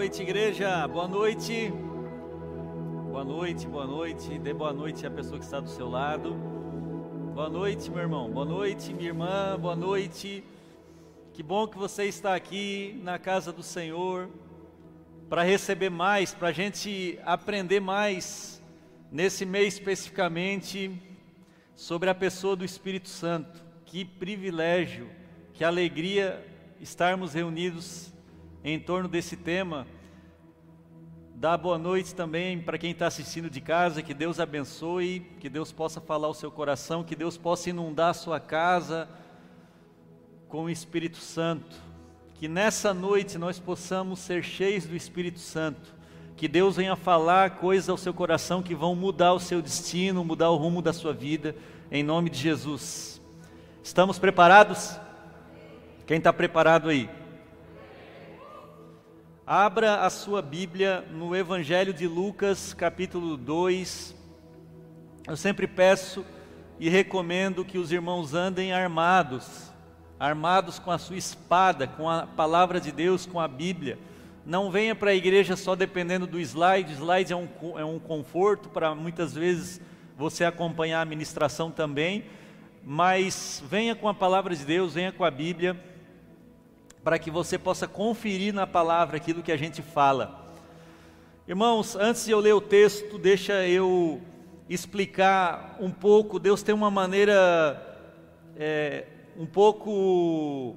noite, igreja. Boa noite. Boa noite, boa noite. Dê boa noite à pessoa que está do seu lado. Boa noite, meu irmão. Boa noite, minha irmã. Boa noite. Que bom que você está aqui na casa do Senhor para receber mais, para a gente aprender mais nesse mês especificamente sobre a pessoa do Espírito Santo. Que privilégio, que alegria estarmos reunidos em torno desse tema. Dá boa noite também para quem está assistindo de casa, que Deus abençoe, que Deus possa falar ao seu coração, que Deus possa inundar a sua casa com o Espírito Santo, que nessa noite nós possamos ser cheios do Espírito Santo, que Deus venha falar coisas ao seu coração que vão mudar o seu destino, mudar o rumo da sua vida, em nome de Jesus. Estamos preparados? Quem está preparado aí? Abra a sua Bíblia no Evangelho de Lucas, capítulo 2. Eu sempre peço e recomendo que os irmãos andem armados com a sua espada, com a palavra de Deus, com a Bíblia. Não venha para a igreja só dependendo do slide. Slide é um conforto para muitas vezes você acompanhar a ministração também, mas venha com a palavra de Deus, venha com a Bíblia, para que você possa conferir na palavra aquilo que a gente fala. Irmãos, antes de eu ler o texto, deixa eu explicar um pouco. Deus tem uma maneira um pouco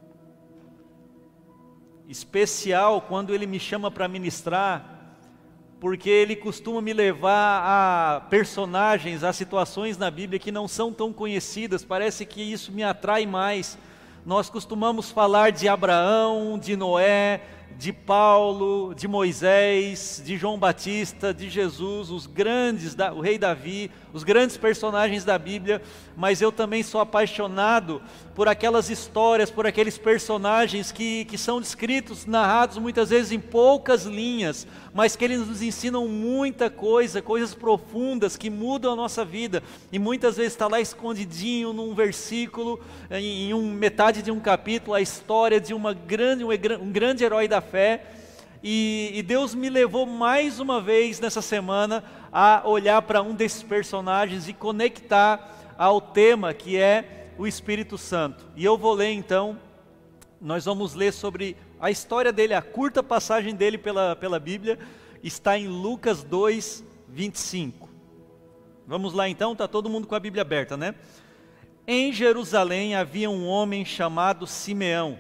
especial quando Ele me chama para ministrar, porque Ele costuma me levar a personagens, a situações na Bíblia que não são tão conhecidas. Parece que isso me atrai mais. Nós costumamos falar de Abraão, de Noé, de Paulo, de Moisés, de João Batista, de Jesus, os grandes, o rei Davi, os grandes personagens da Bíblia, mas eu também sou apaixonado por aquelas histórias, por aqueles personagens que são descritos, narrados muitas vezes em poucas linhas, mas que eles nos ensinam muita coisa, coisas profundas que mudam a nossa vida, e muitas vezes está lá escondidinho num versículo, em metade de um capítulo, a história de um grande herói da fé. E Deus me levou mais uma vez nessa semana a olhar para um desses personagens e conectar ao tema que é o Espírito Santo. E eu vou ler então, nós vamos ler sobre a história dele, a curta passagem dele pela Bíblia, está em Lucas 2, 25. Vamos lá então, está todo mundo com a Bíblia aberta, né? Em Jerusalém havia um homem chamado Simeão.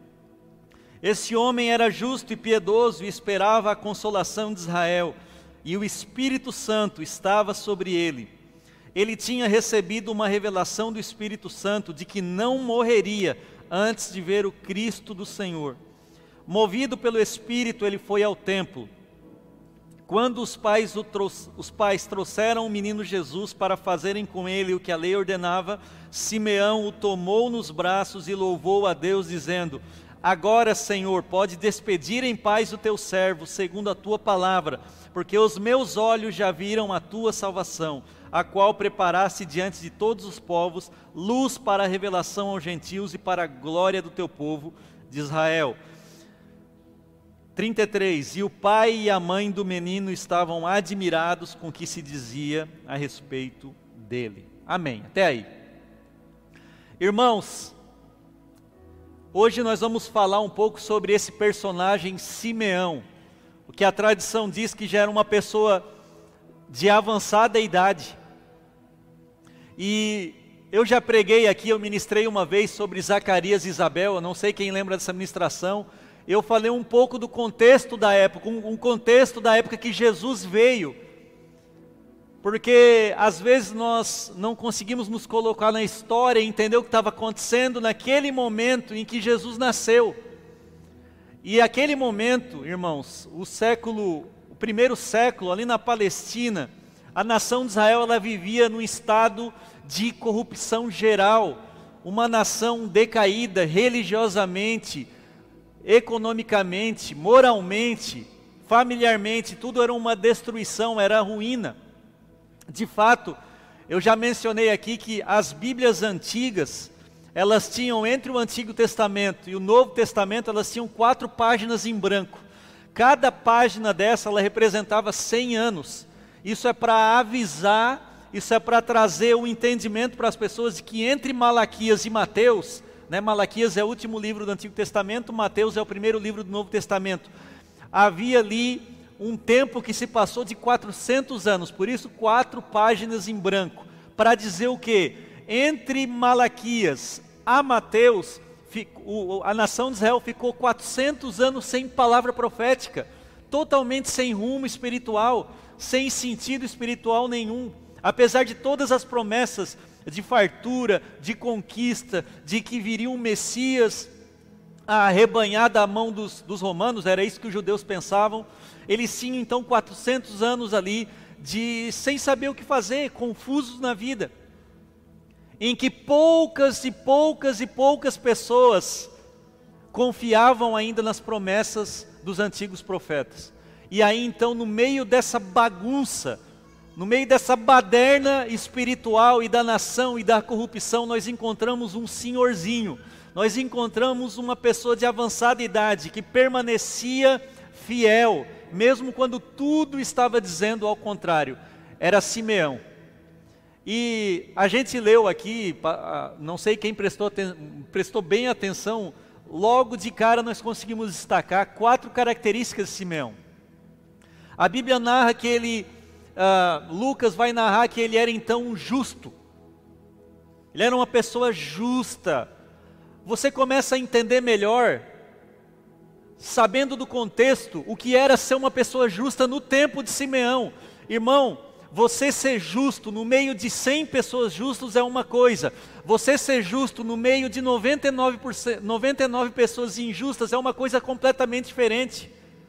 Esse homem era justo e piedoso e esperava a consolação de Israel, e o Espírito Santo estava sobre ele. Ele tinha recebido uma revelação do Espírito Santo de que não morreria antes de ver o Cristo do Senhor. Movido pelo Espírito, ele foi ao templo. Quando os pais trouxeram o menino Jesus para fazerem com ele o que a lei ordenava, Simeão o tomou nos braços e louvou a Deus, dizendo: Agora, Senhor, pode despedir em paz o teu servo, segundo a tua palavra, porque os meus olhos já viram a tua salvação, a qual preparaste diante de todos os povos, luz para a revelação aos gentios e para a glória do teu povo de Israel. 33. E o pai e a mãe do menino estavam admirados com o que se dizia a respeito dele. Amém. Até aí. Irmãos, hoje nós vamos falar um pouco sobre esse personagem Simeão, o que a tradição diz que já era uma pessoa de avançada idade. E eu já preguei aqui, eu ministrei uma vez sobre Zacarias e Isabel, eu não sei quem lembra dessa ministração. Eu falei um pouco do contexto da época, um contexto da época que Jesus veio, porque às vezes nós não conseguimos nos colocar na história e entender o que estava acontecendo naquele momento em que Jesus nasceu. E aquele momento, irmãos, o primeiro século, ali na Palestina, a nação de Israel, ela vivia num estado de corrupção geral, uma nação decaída religiosamente, economicamente, moralmente, familiarmente, tudo era uma destruição, era ruína. De fato, eu já mencionei aqui que as Bíblias antigas, elas tinham entre o Antigo Testamento e o Novo Testamento, elas tinham 4 páginas em branco. Cada página dessa, ela representava 100 anos. Isso é para avisar, isso é para trazer o entendimento para as pessoas de que entre Malaquias e Mateus, né, Malaquias é o último livro do Antigo Testamento, Mateus é o primeiro livro do Novo Testamento. Havia ali um tempo que se passou de 400 anos, por isso 4 páginas em branco, para dizer o quê? Entre Malaquias a Mateus, a nação de Israel ficou 400 anos sem palavra profética, totalmente sem rumo espiritual, sem sentido espiritual nenhum. Apesar de todas as promessas de fartura, de conquista, de que viria um Messias a arrebanhar da mão dos romanos, era isso que os judeus pensavam. Eles tinham então 400 anos ali, sem saber o que fazer, confusos na vida, em que poucas pessoas confiavam ainda nas promessas dos antigos profetas. E aí então, no meio dessa bagunça, no meio dessa baderna espiritual e da nação e da corrupção, nós encontramos um senhorzinho, nós encontramos uma pessoa de avançada idade, que permanecia fiel, mesmo quando tudo estava dizendo ao contrário. Era Simeão. E a gente leu aqui, não sei quem prestou bem atenção, logo de cara nós conseguimos destacar 4 características de Simeão. A Bíblia narra que ele, Lucas vai narrar que ele era então um justo. Ele era uma pessoa justa. Você começa a entender melhor, sabendo do contexto, o que era ser uma pessoa justa no tempo de Simeão. Irmão, você ser justo no meio de 100 pessoas justas é uma coisa. Você ser justo no meio de 99 pessoas injustas é uma coisa completamente diferente.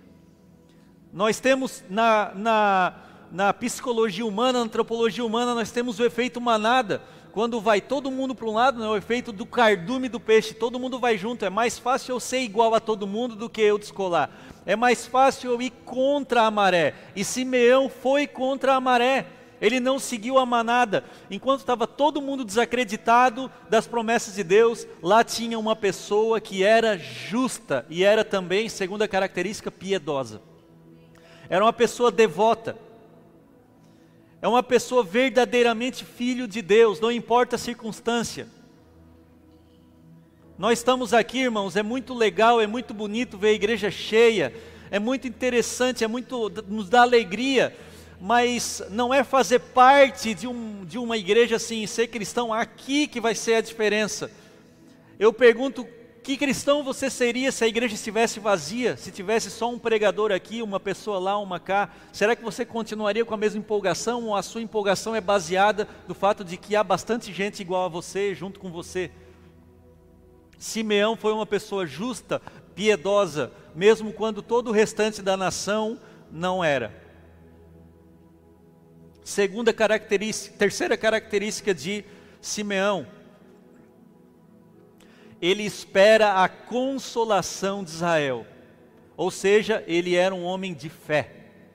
Nós temos na psicologia humana, na antropologia humana, nós temos o efeito manada. Quando vai todo mundo para um lado, né, o efeito do cardume do peixe, todo mundo vai junto. É mais fácil eu ser igual a todo mundo do que eu descolar. É mais fácil eu ir contra a maré. E Simeão foi contra a maré. Ele não seguiu a manada. Enquanto estava todo mundo desacreditado das promessas de Deus, lá tinha uma pessoa que era justa e era também, segunda característica, piedosa. Era uma pessoa devota. É uma pessoa verdadeiramente filho de Deus, não importa a circunstância. Nós estamos aqui, irmãos, é muito legal, é muito bonito ver a igreja cheia, é muito interessante, nos dá alegria, mas não é fazer parte de uma igreja assim, ser cristão aqui que vai ser a diferença. Eu pergunto, que cristão você seria se a igreja estivesse vazia, se tivesse só um pregador aqui, uma pessoa lá, uma cá? Será que você continuaria com a mesma empolgação, ou a sua empolgação é baseada no fato de que há bastante gente igual a você, junto com você? Simeão foi uma pessoa justa, piedosa, mesmo quando todo o restante da nação não era. Terceira característica de Simeão: ele espera a consolação de Israel, ou seja, ele era um homem de fé.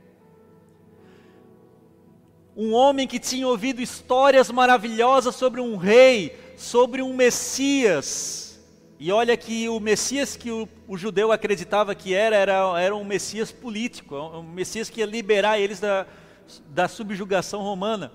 Um homem que tinha ouvido histórias maravilhosas sobre um rei, sobre um Messias. E olha que o Messias que o judeu acreditava que era um Messias político, um Messias que ia liberar eles da subjugação romana.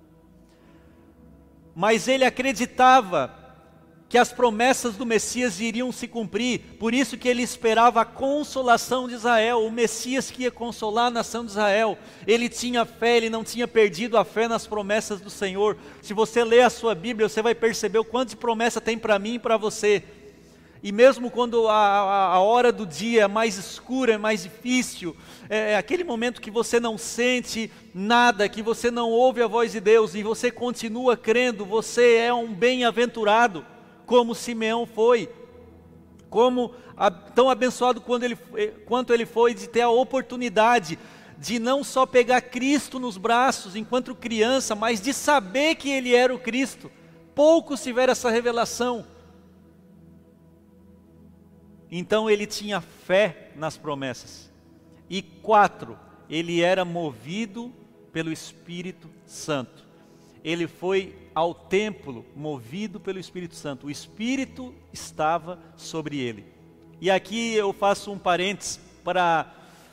Mas ele acreditava que as promessas do Messias iriam se cumprir, por isso que ele esperava a consolação de Israel, o Messias que ia consolar a nação de Israel. Ele tinha fé, ele não tinha perdido a fé nas promessas do Senhor. Se você ler a sua Bíblia, você vai perceber o quanto de promessa tem para mim e para você. E mesmo quando a hora do dia é mais escura, é mais difícil, é aquele momento que você não sente nada, que você não ouve a voz de Deus e você continua crendo, você é um bem-aventurado, como Simeão foi. Tão abençoado quanto ele foi de ter a oportunidade de não só pegar Cristo nos braços enquanto criança, mas de saber que ele era o Cristo. Poucos tiveram essa revelação. Então ele tinha fé nas promessas. E 4, ele era movido pelo Espírito Santo. Ele foi ao templo movido pelo Espírito Santo. O Espírito estava sobre ele. E aqui eu faço um parênteses para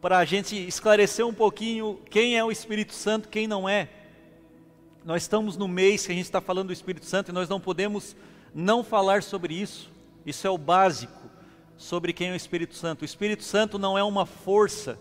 para a gente esclarecer um pouquinho quem é o Espírito Santo, quem não é. Nós estamos no mês que a gente está falando do Espírito Santo e nós não podemos não falar sobre isso. Isso é o básico sobre quem é o Espírito Santo. O Espírito Santo não é uma força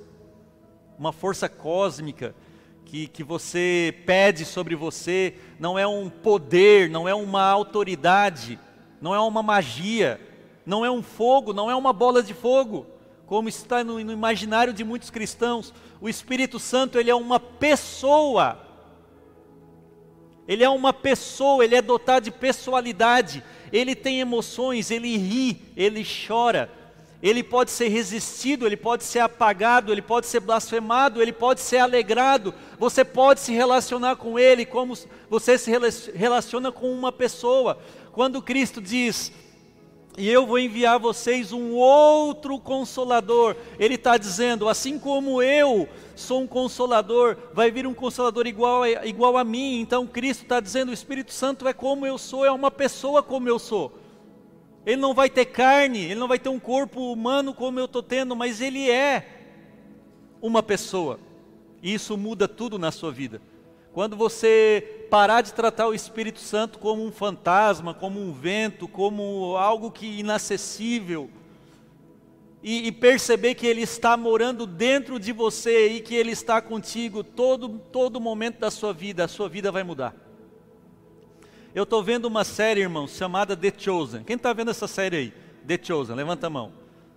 cósmica que você pede sobre você, não é um poder, não é uma autoridade, não é uma magia, não é um fogo, não é uma bola de fogo, como está no imaginário de muitos cristãos. O Espírito Santo, ele é uma pessoa. Ele é uma pessoa, ele é dotado de pessoalidade, ele tem emoções, ele ri, ele chora, ele pode ser resistido, ele pode ser apagado, ele pode ser blasfemado, ele pode ser alegrado. Você pode se relacionar com ele como você se relaciona com uma pessoa. Quando Cristo diz: e eu vou enviar a vocês um outro Consolador, Ele está dizendo, assim como eu sou um Consolador, vai vir um Consolador igual a mim. Então Cristo está dizendo, o Espírito Santo é como eu sou, é uma pessoa como eu sou. Ele não vai ter carne, Ele não vai ter um corpo humano como eu estou tendo, mas Ele é uma pessoa. E isso muda tudo na sua vida. Quando você parar de tratar o Espírito Santo como um fantasma, como um vento, como algo que inacessível, e perceber que Ele está morando dentro de você e que Ele está contigo todo momento da sua vida, a sua vida vai mudar. Eu estou vendo uma série, irmãos, chamada The Chosen. Quem está vendo essa série aí? The Chosen, levanta a mão.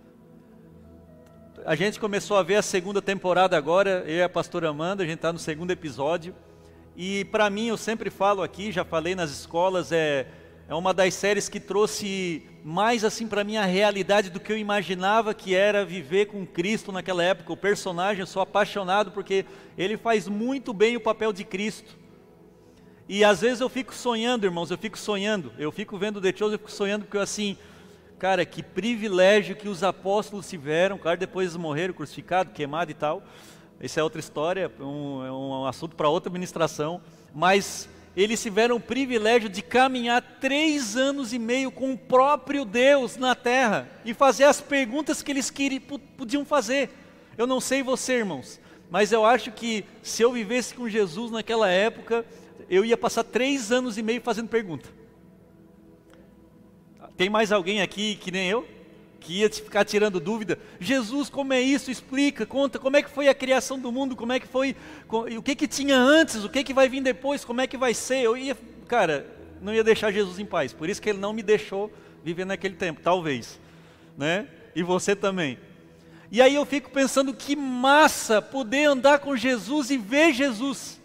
A gente começou a ver a segunda temporada agora, eu e a pastora Amanda, a gente está no segundo episódio. E para mim, eu sempre falo aqui, já falei nas escolas, é uma das séries que trouxe mais assim para mim a realidade do que eu imaginava que era viver com Cristo naquela época. O personagem, eu sou apaixonado porque ele faz muito bem o papel de Cristo. E às vezes eu fico sonhando, irmãos, eu fico vendo The Chosen, eu fico sonhando porque assim, cara, que privilégio que os apóstolos tiveram, claro, depois eles morreram, crucificados, queimados e tal. Isso é outra história, é um assunto para outra ministração, mas eles tiveram o privilégio de caminhar 3 anos e meio com o próprio Deus na terra e fazer as perguntas que eles podiam fazer. Eu não sei você, irmãos, mas eu acho que se eu vivesse com Jesus naquela época, eu ia passar 3 anos e meio fazendo pergunta. Tem mais alguém aqui que nem eu? Que ia ficar tirando dúvida? Jesus, como é isso? Explica, conta, como é que foi a criação do mundo? Como é que foi, o que tinha antes? O que vai vir depois? Como é que vai ser? Eu ia, cara, não ia deixar Jesus em paz. Por isso que Ele não me deixou viver naquele tempo, talvez, né? E você também. E aí eu fico pensando, que massa poder andar com Jesus e ver Jesus.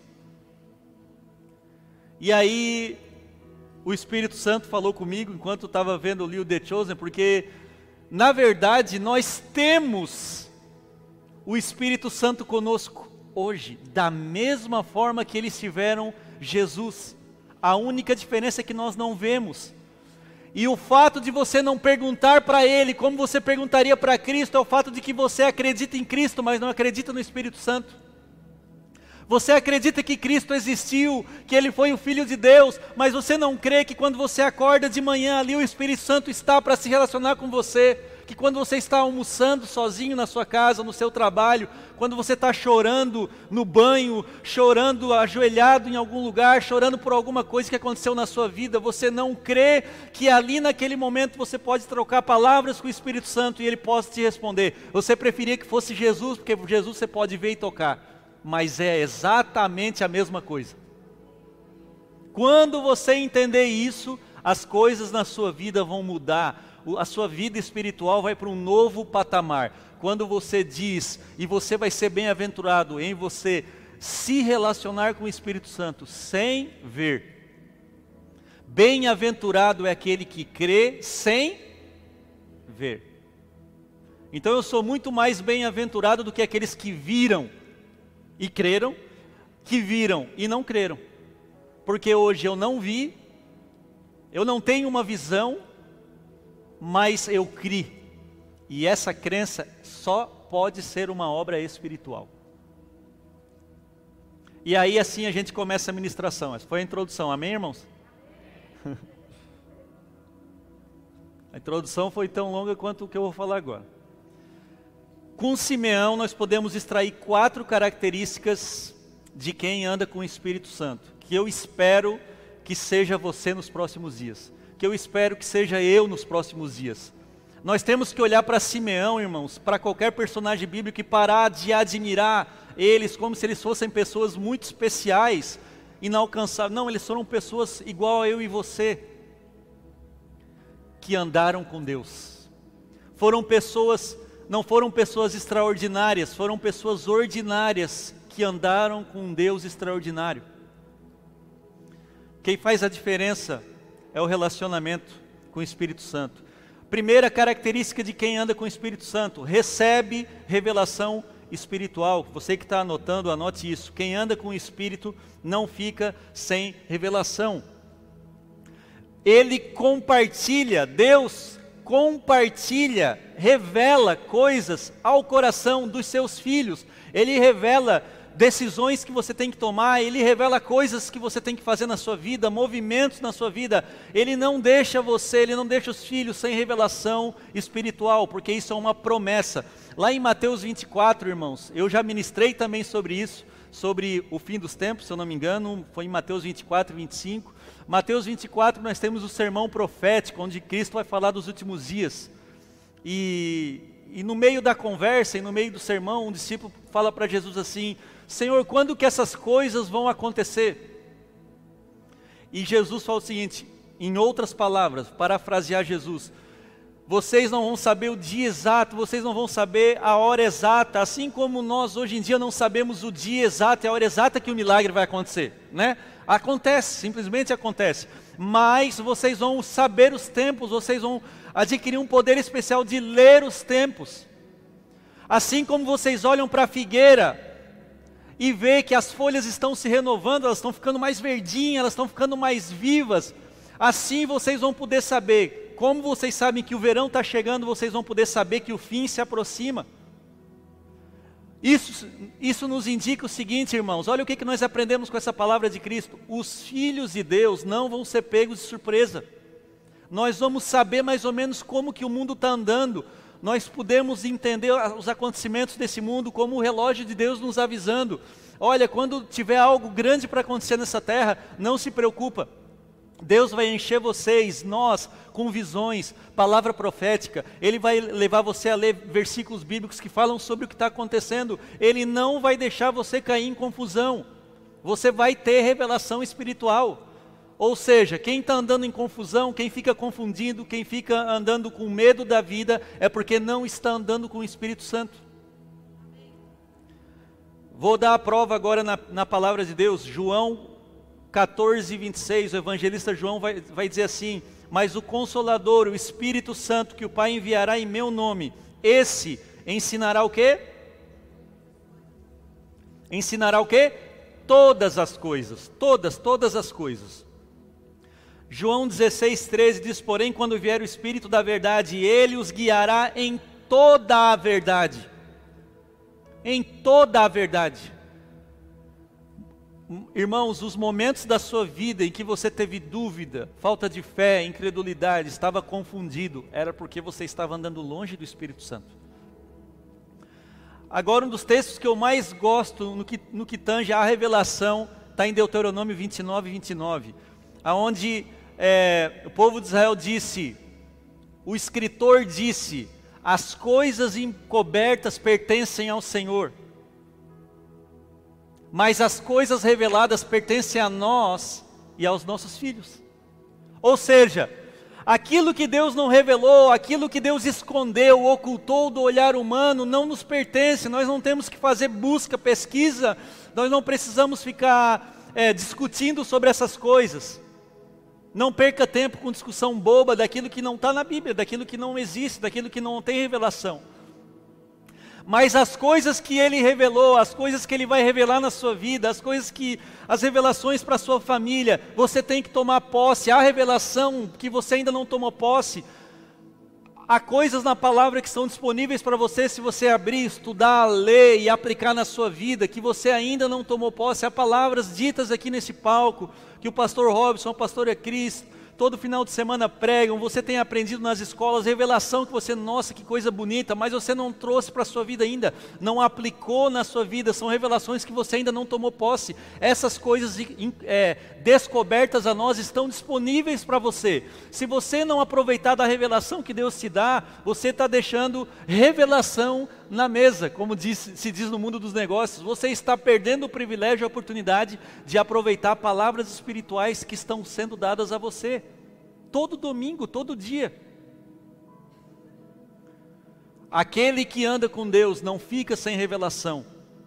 E aí o Espírito Santo falou comigo enquanto eu estava vendo o The Chosen, porque na verdade nós temos o Espírito Santo conosco hoje, da mesma forma que eles tiveram Jesus. A única diferença é que nós não vemos. E o fato de você não perguntar para Ele como você perguntaria para Cristo, é o fato de que você acredita em Cristo, mas não acredita no Espírito Santo. Você acredita que Cristo existiu, que Ele foi o Filho de Deus, mas você não crê que quando você acorda de manhã ali o Espírito Santo está para se relacionar com você, que quando você está almoçando sozinho na sua casa, no seu trabalho, quando você está chorando no banho, chorando ajoelhado em algum lugar, chorando por alguma coisa que aconteceu na sua vida, você não crê que ali naquele momento você pode trocar palavras com o Espírito Santo e Ele possa te responder. Você preferia que fosse Jesus, porque Jesus você pode ver e tocar. Mas é exatamente a mesma coisa. Quando você entender isso, as coisas na sua vida vão mudar, a sua vida espiritual vai para um novo patamar. Quando você diz, e você vai ser bem-aventurado em você se relacionar com o Espírito Santo sem ver. Bem-aventurado é aquele que crê sem ver. Então eu sou muito mais bem-aventurado do que aqueles que viram e creram, que viram e não creram. Porque hoje eu não vi, eu não tenho uma visão, mas eu criei. E essa crença só pode ser uma obra espiritual. E aí assim a gente começa a ministração. Essa foi a introdução, amém, irmãos? A introdução foi tão longa quanto o que eu vou falar agora. Com Simeão nós podemos extrair 4 características de quem anda com o Espírito Santo, que eu espero que seja você nos próximos dias, que eu espero que seja eu nos próximos dias. Nós temos que olhar para Simeão, irmãos, para qualquer personagem bíblico e parar de admirar eles como se eles fossem pessoas muito especiais, inalcançáveis. Não, eles foram pessoas igual a eu e você, que andaram com Deus. Não foram pessoas extraordinárias, foram pessoas ordinárias que andaram com um Deus extraordinário. Quem faz a diferença é o relacionamento com o Espírito Santo. Primeira característica de quem anda com o Espírito Santo: recebe revelação espiritual. Você que está anotando, anote isso. Quem anda com o Espírito não fica sem revelação. Ele compartilha, Deus compartilha, revela coisas ao coração dos seus filhos. Ele revela decisões que você tem que tomar, Ele revela coisas que você tem que fazer na sua vida, movimentos na sua vida. Ele não deixa você, Ele não deixa os filhos sem revelação espiritual, porque isso é uma promessa. Lá em Mateus 24, irmãos, eu já ministrei também sobre isso, sobre o fim dos tempos, se eu não me engano, foi em Mateus 24 e 25. Mateus 24 nós temos o sermão profético, onde Cristo vai falar dos últimos dias. E no meio da conversa, e no meio do sermão, um discípulo fala para Jesus assim: Senhor, quando que essas coisas vão acontecer? E Jesus fala o seguinte, em outras palavras, parafrasear Jesus: vocês não vão saber o dia exato, vocês não vão saber a hora exata, assim como nós hoje em dia não sabemos o dia exato e a hora exata que o milagre vai acontecer, né? Acontece, simplesmente acontece, mas vocês vão saber os tempos, vocês vão adquirir um poder especial de ler os tempos. Assim como vocês olham para a figueira e vê que as folhas estão se renovando, elas estão ficando mais verdinhas, elas estão ficando mais vivas, assim vocês vão poder saber. Como vocês sabem que o verão está chegando, vocês vão poder saber que o fim se aproxima. Isso nos indica o seguinte, irmãos, olha o que nós aprendemos com essa palavra de Cristo: os filhos de Deus não vão ser pegos de surpresa. Nós vamos saber mais ou menos como que o mundo está andando. Nós podemos entender os acontecimentos desse mundo como o relógio de Deus nos avisando: olha, quando tiver algo grande para acontecer nessa terra, não se preocupa. Deus vai encher vocês, nós, com visões, palavra profética. Ele vai levar você a ler versículos bíblicos que falam sobre o que está acontecendo. Ele não vai deixar você cair em confusão. Você vai ter revelação espiritual. Ou seja, quem está andando em confusão, quem fica confundindo, quem fica andando com medo da vida, é porque não está andando com o Espírito Santo. Vou dar a prova agora na palavra de Deus. João 14, 26, o evangelista João vai dizer assim: mas o Consolador, o Espírito Santo, que o Pai enviará em meu nome, esse ensinará o quê? Ensinará o quê? Todas as coisas, todas as coisas. João 16, 13 diz: porém, quando vier o Espírito da verdade, Ele os guiará em toda a verdade. Em toda a verdade. Irmãos, os momentos da sua vida em que você teve dúvida, falta de fé, incredulidade, estava confundido, era porque você estava andando longe do Espírito Santo. Agora, um dos textos que eu mais gosto no que tange a revelação, está em Deuteronômio 29, 29, onde o povo de Israel disse, o escritor disse: as coisas encobertas pertencem ao Senhor, mas as coisas reveladas pertencem a nós e aos nossos filhos. Ou seja, aquilo que Deus não revelou, aquilo que Deus escondeu, ocultou do olhar humano, não nos pertence. Nós não temos que fazer busca, pesquisa, nós não precisamos ficar discutindo sobre essas coisas. Não perca tempo com discussão boba daquilo que não está na Bíblia, daquilo que não existe, daquilo que não tem revelação. Mas as coisas que Ele revelou, as coisas que Ele vai revelar na sua vida, as revelações para a sua família, você tem que tomar posse. Há revelação que você ainda não tomou posse. Há coisas na palavra que são disponíveis para você, se você abrir, estudar, ler e aplicar na sua vida, que você ainda não tomou posse. Há palavras ditas aqui nesse palco, que o pastor Robson, a pastora Cris, todo final de semana pregam, você tem aprendido nas escolas, revelação que você, nossa, que coisa bonita, mas você não trouxe para a sua vida ainda, não aplicou na sua vida, são revelações que você ainda não tomou posse. Essas coisas descobertas a nós estão disponíveis para você. Se você não aproveitar da revelação que Deus te dá, você está deixando revelação na mesa, como se diz no mundo dos negócios. Você está perdendo o privilégio e a oportunidade de aproveitar palavras espirituais que estão sendo dadas a você, todo domingo, todo dia. Aquele que anda com Deus não fica sem revelação.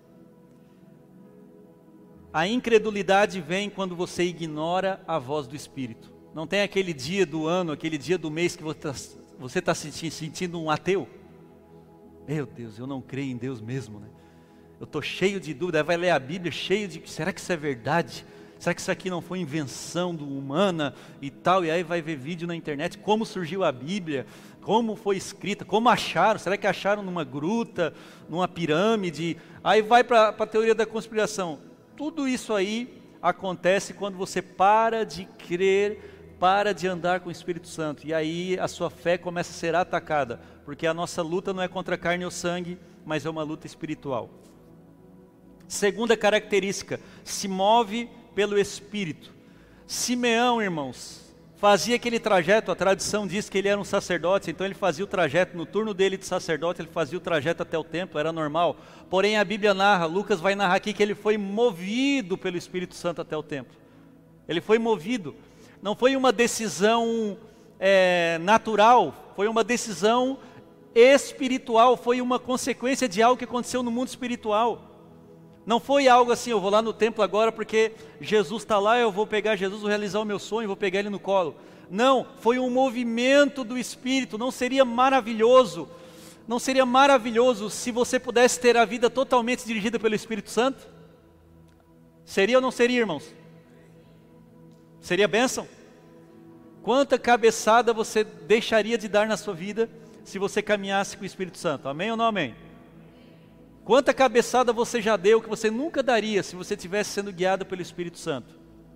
A incredulidade vem quando você ignora a voz do Espírito. Não tem aquele dia do ano, aquele dia do mês que você está se sentindo um ateu? Meu Deus, eu não creio em Deus mesmo, né? Eu estou cheio de dúvida, aí vai ler a Bíblia cheio de, será que isso é verdade? Será que isso aqui não foi invenção humana e tal? E aí vai ver vídeo na internet, como surgiu a Bíblia, como foi escrita, como acharam, será que acharam numa gruta, numa pirâmide? Aí vai para a teoria da conspiração. Tudo isso aí acontece quando você para de crer, para de andar com o Espírito Santo. E aí a sua fé começa a ser atacada, porque a nossa luta não é contra carne ou sangue, mas é uma luta espiritual. Segunda característica, se move pelo Espírito. Simeão, irmãos, fazia aquele trajeto, a tradição diz que ele era um sacerdote, então ele fazia o trajeto, no turno dele de sacerdote, ele fazia o trajeto até o templo, era normal. Porém a Bíblia narra, Lucas vai narrar aqui que ele foi movido pelo Espírito Santo até o templo. Ele foi movido, não foi uma decisão natural, foi uma decisão espiritual, foi uma consequência de algo que aconteceu no mundo espiritual. Não foi algo assim, eu vou lá no templo agora porque Jesus está lá, eu vou pegar Jesus, vou realizar o meu sonho, vou pegar ele no colo. Não, foi um movimento do Espírito. Não seria maravilhoso se você pudesse ter a vida totalmente dirigida pelo Espírito Santo? Seria ou não seria, irmãos? Seria bênção? Quanta cabeçada você deixaria de dar na sua vida se você caminhasse com o Espírito Santo? Amém ou não amém? Quanta cabeçada você já deu que você nunca daria se você estivesse sendo guiado pelo Espírito Santo?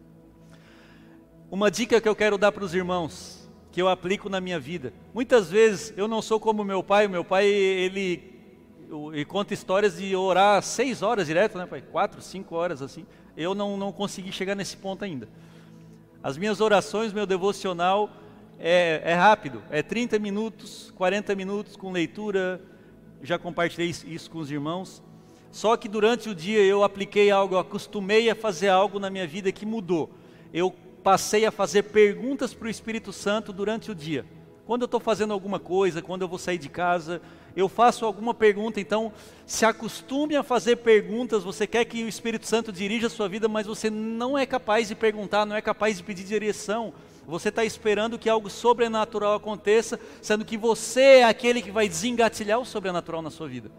Uma dica que eu quero dar para os irmãos, que eu aplico na minha vida. Muitas vezes eu não sou como meu pai ele conta histórias de orar 6 horas direto, né, pai? 4, 5 horas assim. Eu não consegui chegar nesse ponto ainda. As minhas orações, meu devocional é rápido, é 30 minutos, 40 minutos com leitura. Já compartilhei isso com os irmãos. Só que durante o dia eu apliquei algo, eu acostumei a fazer algo na minha vida que mudou. Eu passei a fazer perguntas para o Espírito Santo durante o dia. Quando eu estou fazendo alguma coisa, quando eu vou sair de casa, eu faço alguma pergunta. Então, se acostume a fazer perguntas. Você quer que o Espírito Santo dirija a sua vida, mas você não é capaz de perguntar, não é capaz de pedir direção. Você está esperando que algo sobrenatural aconteça, sendo que você é aquele que vai desengatilhar o sobrenatural na sua vida.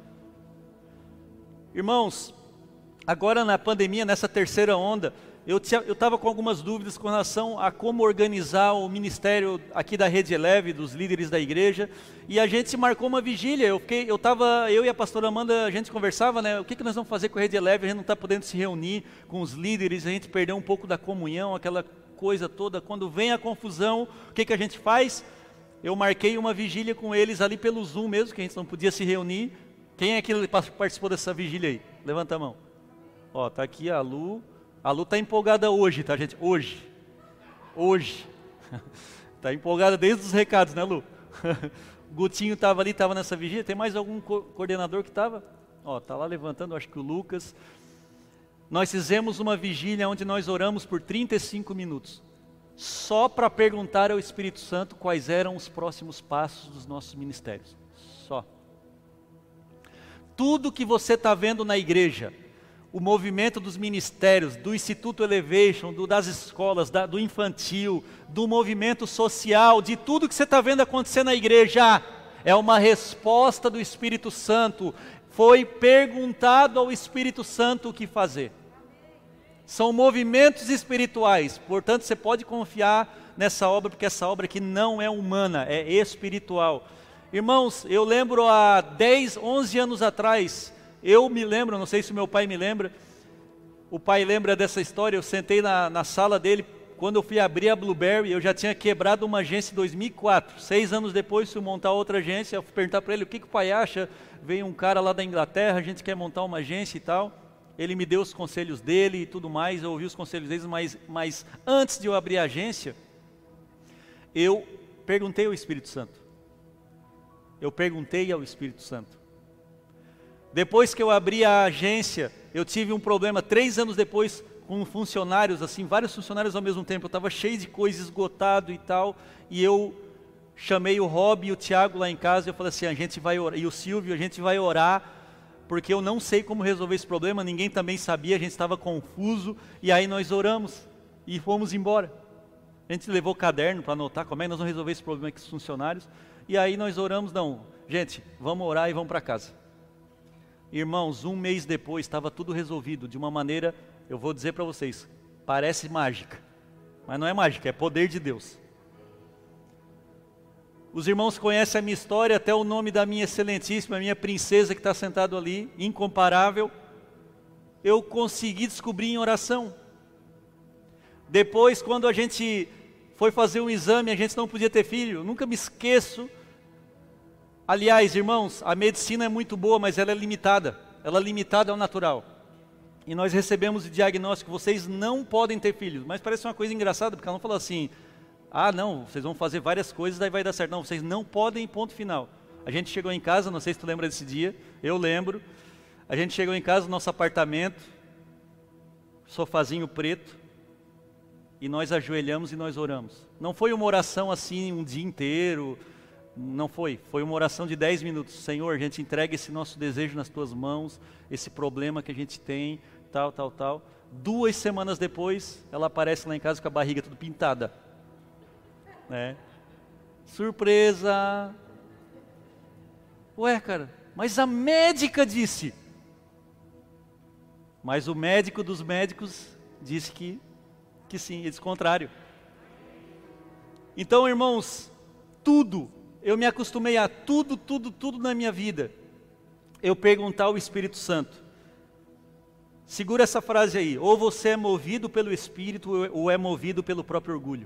Irmãos, agora na pandemia, nessa terceira onda, eu estava com algumas dúvidas com relação a como organizar o ministério aqui da Rede Eleve, dos líderes da igreja, e a gente marcou uma vigília. Eu e a pastora Amanda, a gente conversava, né? O que nós vamos fazer com a Rede Eleve? A gente não está podendo se reunir com os líderes, a gente perdeu um pouco da comunhão, aquela coisa toda. Quando vem a confusão, o que a gente faz? Eu marquei uma vigília com eles ali pelo Zoom mesmo, que a gente não podia se reunir. Quem é que participou dessa vigília aí? Levanta a mão. Ó, tá aqui a Lu. A Lu tá empolgada hoje, tá, gente? Hoje. Tá empolgada desde os recados, né, Lu? O Gutinho estava ali, estava nessa vigília. Tem mais algum coordenador que estava? Ó, tá lá levantando, acho que o Lucas. Nós fizemos uma vigília onde nós oramos por 35 minutos, só para perguntar ao Espírito Santo quais eram os próximos passos dos nossos ministérios. Só. Tudo que você está vendo na igreja, o movimento dos ministérios, do Instituto Elevation, das escolas, do infantil, do movimento social, de tudo que você está vendo acontecer na igreja, é uma resposta do Espírito Santo. Foi perguntado ao Espírito Santo o que fazer. São movimentos espirituais, portanto você pode confiar nessa obra, porque essa obra aqui não é humana, é espiritual. Irmãos, eu lembro há 10, 11 anos atrás, eu me lembro, não sei se o meu pai me lembra, o pai lembra dessa história, eu sentei na sala dele, quando eu fui abrir a Blueberry, eu já tinha quebrado uma agência em 2004. 6 anos depois, fui montar outra agência. Eu fui perguntar para ele, o que o pai acha? Veio um cara lá da Inglaterra, a gente quer montar uma agência e tal. Ele me deu os conselhos dele e tudo mais, eu ouvi os conselhos deles, mas antes de eu abrir a agência, eu perguntei ao Espírito Santo. Eu perguntei ao Espírito Santo. Depois que eu abri a agência, eu tive um problema 3 anos depois com funcionários, assim, vários funcionários ao mesmo tempo. Eu estava cheio de coisa, esgotado e tal, e eu chamei o Rob e o Thiago lá em casa, e eu falei assim, a gente vai orar, e o Silvio, a gente vai orar, porque eu não sei como resolver esse problema, ninguém também sabia, a gente estava confuso, e aí nós oramos, e fomos embora. A gente levou caderno para anotar como é que nós vamos resolver esse problema com os funcionários, e aí nós oramos, não, gente, vamos orar e vamos para casa. Irmãos, 1 mês depois, estava tudo resolvido, de uma maneira, eu vou dizer para vocês, parece mágica, mas não é mágica, é poder de Deus. Os irmãos conhecem a minha história, até o nome da minha excelentíssima, minha princesa que está sentado ali, incomparável, eu consegui descobrir em oração. Depois, quando a gente foi fazer um exame, a gente não podia ter filho, nunca me esqueço. Aliás, irmãos, a medicina é muito boa, mas ela é limitada ao natural. E nós recebemos o diagnóstico, vocês não podem ter filhos, mas parece uma coisa engraçada, porque ela não falou assim, ah não, vocês vão fazer várias coisas, daí vai dar certo. Não, vocês não podem, ponto final. A gente chegou em casa, não sei se tu lembra desse dia, eu lembro. A gente chegou em casa, no nosso apartamento, sofazinho preto, e nós ajoelhamos e nós oramos. Não foi uma oração assim um dia inteiro, não foi. Foi uma oração de 10 minutos. Senhor, a gente entrega esse nosso desejo nas tuas mãos, esse problema que a gente tem, tal. 2 semanas depois, ela aparece lá em casa com a barriga tudo pintada. Né? Surpresa. Ué, cara, mas a médica disse. Mas o médico dos médicos disse que sim, ele disse o contrário. Então, irmãos, eu me acostumei a tudo na minha vida, eu perguntar ao Espírito Santo. Segura essa frase aí, ou você é movido pelo Espírito, ou é movido pelo próprio orgulho.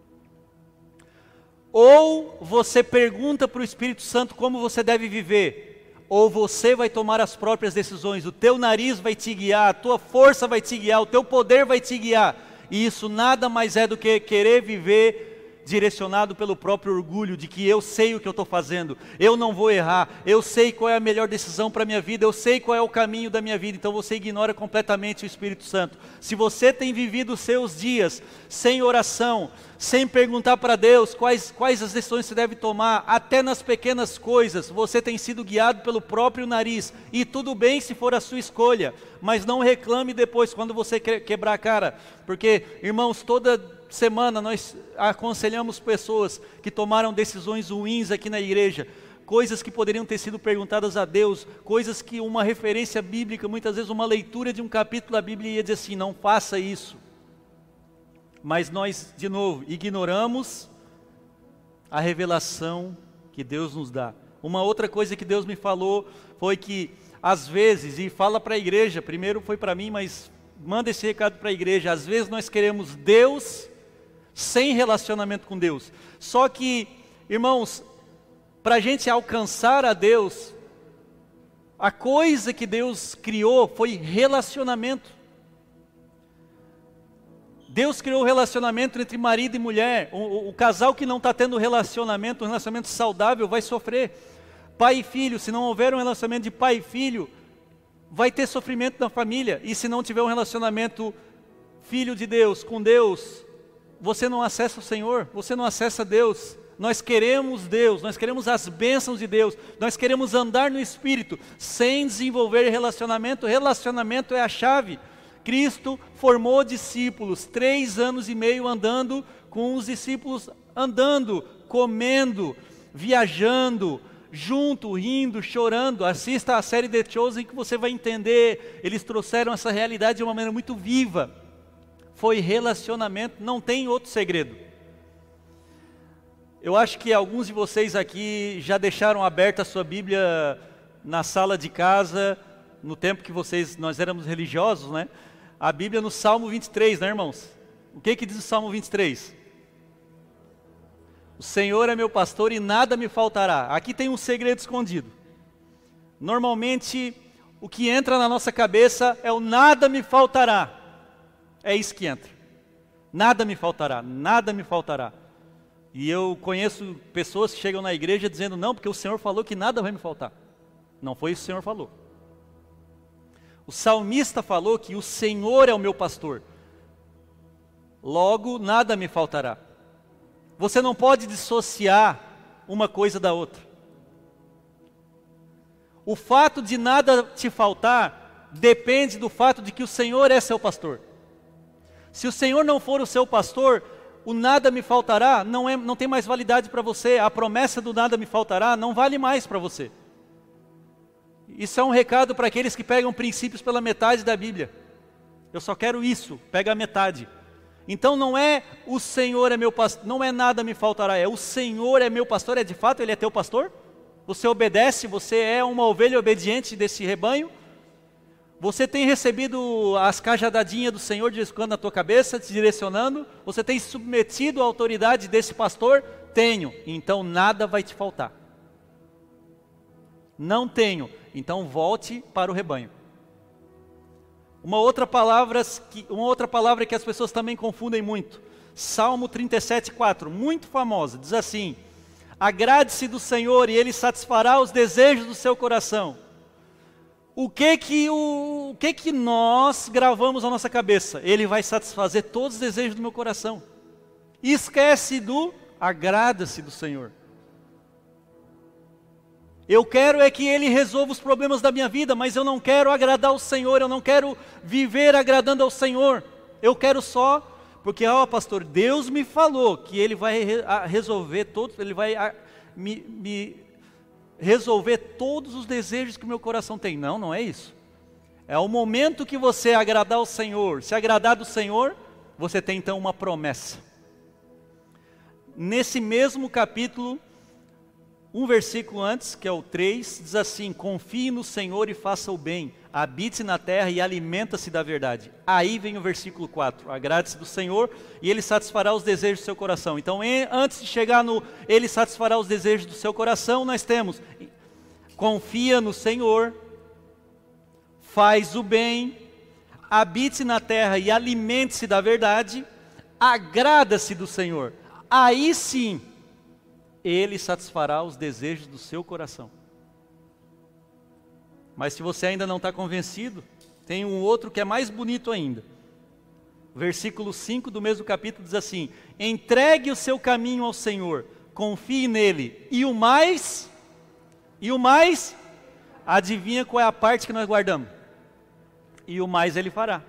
Ou você pergunta para o Espírito Santo como você deve viver, ou você vai tomar as próprias decisões, o teu nariz vai te guiar, a tua força vai te guiar, o teu poder vai te guiar, e isso nada mais é do que querer viver direcionado pelo próprio orgulho, de que eu sei o que eu estou fazendo, eu não vou errar, eu sei qual é a melhor decisão para a minha vida, eu sei qual é o caminho da minha vida, então você ignora completamente o Espírito Santo. Se você tem vivido os seus dias sem oração, sem perguntar para Deus quais as decisões você deve tomar, até nas pequenas coisas, você tem sido guiado pelo próprio nariz, e tudo bem se for a sua escolha, mas não reclame depois quando você quebrar a cara, porque, irmãos, toda semana nós aconselhamos pessoas que tomaram decisões ruins aqui na igreja, coisas que poderiam ter sido perguntadas a Deus, coisas que uma referência bíblica, muitas vezes uma leitura de um capítulo da Bíblia ia dizer assim, não faça isso. Mas nós, de novo, ignoramos a revelação que Deus nos dá. Uma outra coisa que Deus me falou foi que, às vezes, e fala para a igreja, primeiro foi para mim, mas manda esse recado para a igreja, às vezes nós queremos Deus sem relacionamento com Deus. Só que, irmãos, para a gente alcançar a Deus, a coisa que Deus criou foi relacionamento. Deus criou o relacionamento entre marido e mulher. O casal que não está tendo relacionamento, um relacionamento saudável, vai sofrer. Pai e filho, se não houver um relacionamento de pai e filho, vai ter sofrimento na família. E se não tiver um relacionamento filho de Deus, com Deus, você não acessa o Senhor, você não acessa Deus. Nós queremos Deus, nós queremos as bênçãos de Deus, nós queremos andar no Espírito, sem desenvolver relacionamento. Relacionamento é a chave. Cristo formou discípulos, 3 anos e meio andando com os discípulos, andando, comendo, viajando, junto, rindo, chorando. Assista a série The Chosen que você vai entender, eles trouxeram essa realidade de uma maneira muito viva. Foi relacionamento, não tem outro segredo. Eu acho que alguns de vocês aqui já deixaram aberta a sua Bíblia na sala de casa, no tempo que nós éramos religiosos, né? A Bíblia no Salmo 23, né, irmãos? O que diz o Salmo 23? O Senhor é meu pastor e nada me faltará. Aqui tem um segredo escondido. Normalmente, o que entra na nossa cabeça é o nada me faltará. É isso que entra. Nada me faltará, nada me faltará. E eu conheço pessoas que chegam na igreja dizendo, não, porque o Senhor falou que nada vai me faltar. Não foi isso que o Senhor falou. O salmista falou que o Senhor é o meu pastor. Logo, nada me faltará. Você não pode dissociar uma coisa da outra. O fato de nada te faltar depende do fato de que o Senhor é seu pastor. Se o Senhor não for o seu pastor, o nada me faltará não tem mais validade para você. A promessa do nada me faltará não vale mais para você. Isso é um recado para aqueles que pegam princípios pela metade da Bíblia. Eu só quero isso, pega a metade. Então não é o Senhor é meu pastor, não é nada me faltará, é o Senhor é meu pastor, é de fato Ele é teu pastor? Você obedece, você é uma ovelha obediente desse rebanho? Você tem recebido as cajadadinhas do Senhor de vez em quando na tua cabeça, te direcionando? Você tem se submetido à autoridade desse pastor? Tenho, então nada vai te faltar. Não tenho, então volte para o rebanho. Uma outra palavra que as pessoas também confundem muito. Salmo 37:4, muito famosa, diz assim: agrade-se do Senhor e Ele satisfará os desejos do seu coração. O que nós gravamos na nossa cabeça? Ele vai satisfazer todos os desejos do meu coração. Esquece do agrada-se do Senhor. Eu quero é que Ele resolva os problemas da minha vida, mas eu não quero agradar o Senhor, eu não quero viver agradando ao Senhor. Eu quero só, porque, pastor, Deus me falou que Ele vai resolver todos, Ele vai me resolver todos os desejos que o meu coração tem. Não, não é isso. É o momento que você agradar o Senhor, se agradar do Senhor, você tem então uma promessa. Nesse mesmo capítulo, um versículo antes, que é o 3, diz assim: confie no Senhor e faça o bem, habite na terra e alimenta-se da verdade. Aí vem o versículo 4, agrade-se do Senhor e Ele satisfará os desejos do seu coração. Então, antes de chegar no Ele satisfará os desejos do seu coração, nós temos: confia no Senhor, faz o bem, habite na terra e alimente-se da verdade, agrada-se do Senhor. Aí sim, Ele satisfará os desejos do seu coração. Mas se você ainda não está convencido, tem um outro que é mais bonito ainda. Versículo 5 do mesmo capítulo diz assim: entregue o seu caminho ao Senhor, confie nele, e o mais, adivinha qual é a parte que nós guardamos? E o mais Ele fará.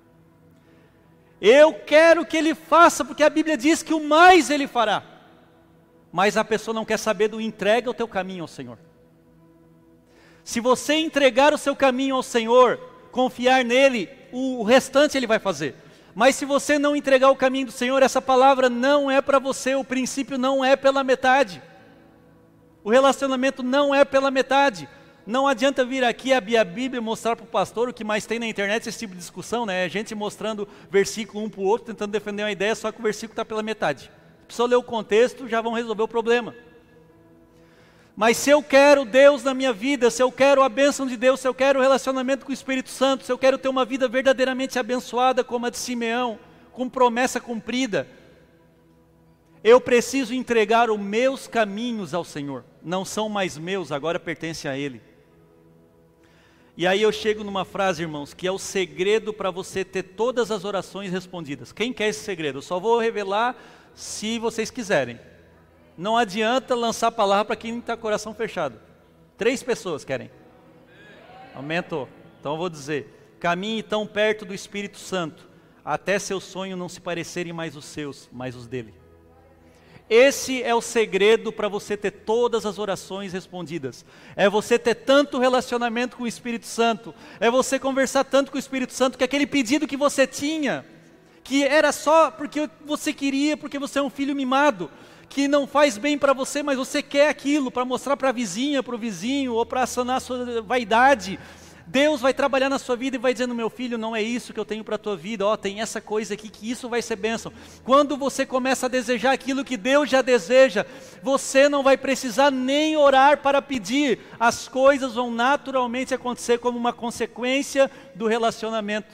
Eu quero que Ele faça, porque a Bíblia diz que o mais Ele fará. Mas a pessoa não quer saber do entrega o teu caminho ao Senhor. Se você entregar o seu caminho ao Senhor, confiar nele, o restante Ele vai fazer. Mas se você não entregar o caminho do Senhor, essa palavra não é para você, o princípio não é pela metade. O relacionamento não é pela metade. Não adianta vir aqui abrir a Bíblia e mostrar para o pastor. O que mais tem na internet esse tipo de discussão, né? É gente mostrando versículo um para o outro, tentando defender uma ideia, só que o versículo está pela metade. Só ler o contexto, já vão resolver o problema. Mas se eu quero Deus na minha vida, se eu quero a bênção de Deus, se eu quero o relacionamento com o Espírito Santo, se eu quero ter uma vida verdadeiramente abençoada como a de Simeão, com promessa cumprida, eu preciso entregar os meus caminhos ao Senhor. Não são mais meus, agora pertencem a Ele. E aí eu chego numa frase, irmãos, que é o segredo para você ter todas as orações respondidas. Quem quer esse segredo? Eu só vou revelar se vocês quiserem. Não adianta lançar a palavra para quem está com o coração fechado. 3 pessoas querem. Aumentou. Então eu vou dizer: caminhe tão perto do Espírito Santo, até seus sonhos não se parecerem mais os seus, mas os dele. Esse é o segredo para você ter todas as orações respondidas. É você ter tanto relacionamento com o Espírito Santo. É você conversar tanto com o Espírito Santo que aquele pedido que você tinha, que era só porque você queria, porque você é um filho mimado, que não faz bem para você, mas você quer aquilo para mostrar para a vizinha, para o vizinho, ou para sanar a sua vaidade. Deus vai trabalhar na sua vida e vai dizendo, meu filho, não é isso que eu tenho para a tua vida, ó, tem essa coisa aqui, que isso vai ser bênção. Quando você começa a desejar aquilo que Deus já deseja, você não vai precisar nem orar para pedir, as coisas vão naturalmente acontecer como uma consequência do relacionamento.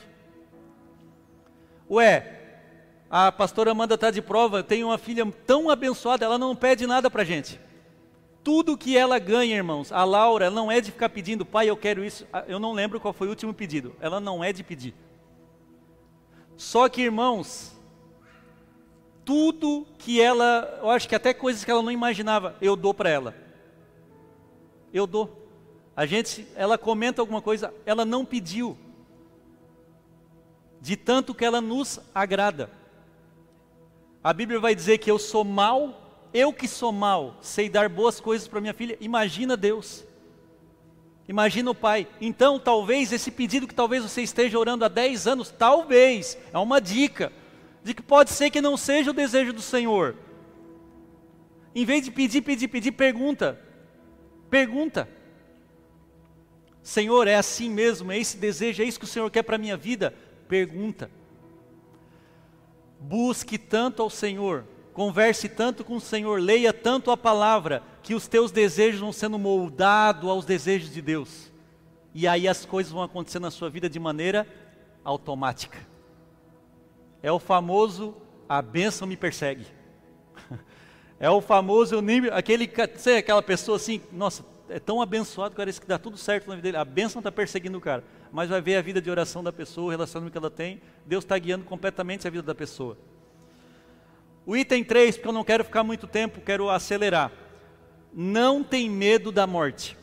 Ué, a pastora Amanda está de prova, tem uma filha tão abençoada, ela não pede nada para a gente. Tudo que ela ganha, irmãos, a Laura não é de ficar pedindo, pai, eu quero isso. Eu não lembro qual foi o último pedido. Ela não é de pedir. Só que, irmãos, tudo que ela, eu acho que até coisas que ela não imaginava, eu dou para ela. Eu dou. Ela comenta alguma coisa, ela não pediu. De tanto que ela nos agrada. A Bíblia vai dizer que eu sou mau. Eu que sou mau, sei dar boas coisas para minha filha, imagina Deus, imagina o Pai. Então talvez esse pedido que talvez você esteja orando há 10 anos, talvez, é uma dica, de que pode ser que não seja o desejo do Senhor. Em vez de pedir, pergunta. Senhor, é assim mesmo, é esse desejo, é isso que o Senhor quer para a minha vida? Pergunta. Busque tanto ao Senhor, converse tanto com o Senhor, leia tanto a palavra, que os teus desejos vão sendo moldados aos desejos de Deus. E aí as coisas vão acontecer na sua vida de maneira automática. É o famoso, a bênção me persegue. É o famoso, aquela pessoa assim, nossa, é tão abençoado que parece que dá tudo certo na vida dele. A bênção está perseguindo o cara, mas vai ver a vida de oração da pessoa, o relacionamento que ela tem, Deus está guiando completamente a vida da pessoa. O item 3, porque eu não quero ficar muito tempo, quero acelerar. Não tem medo da morte.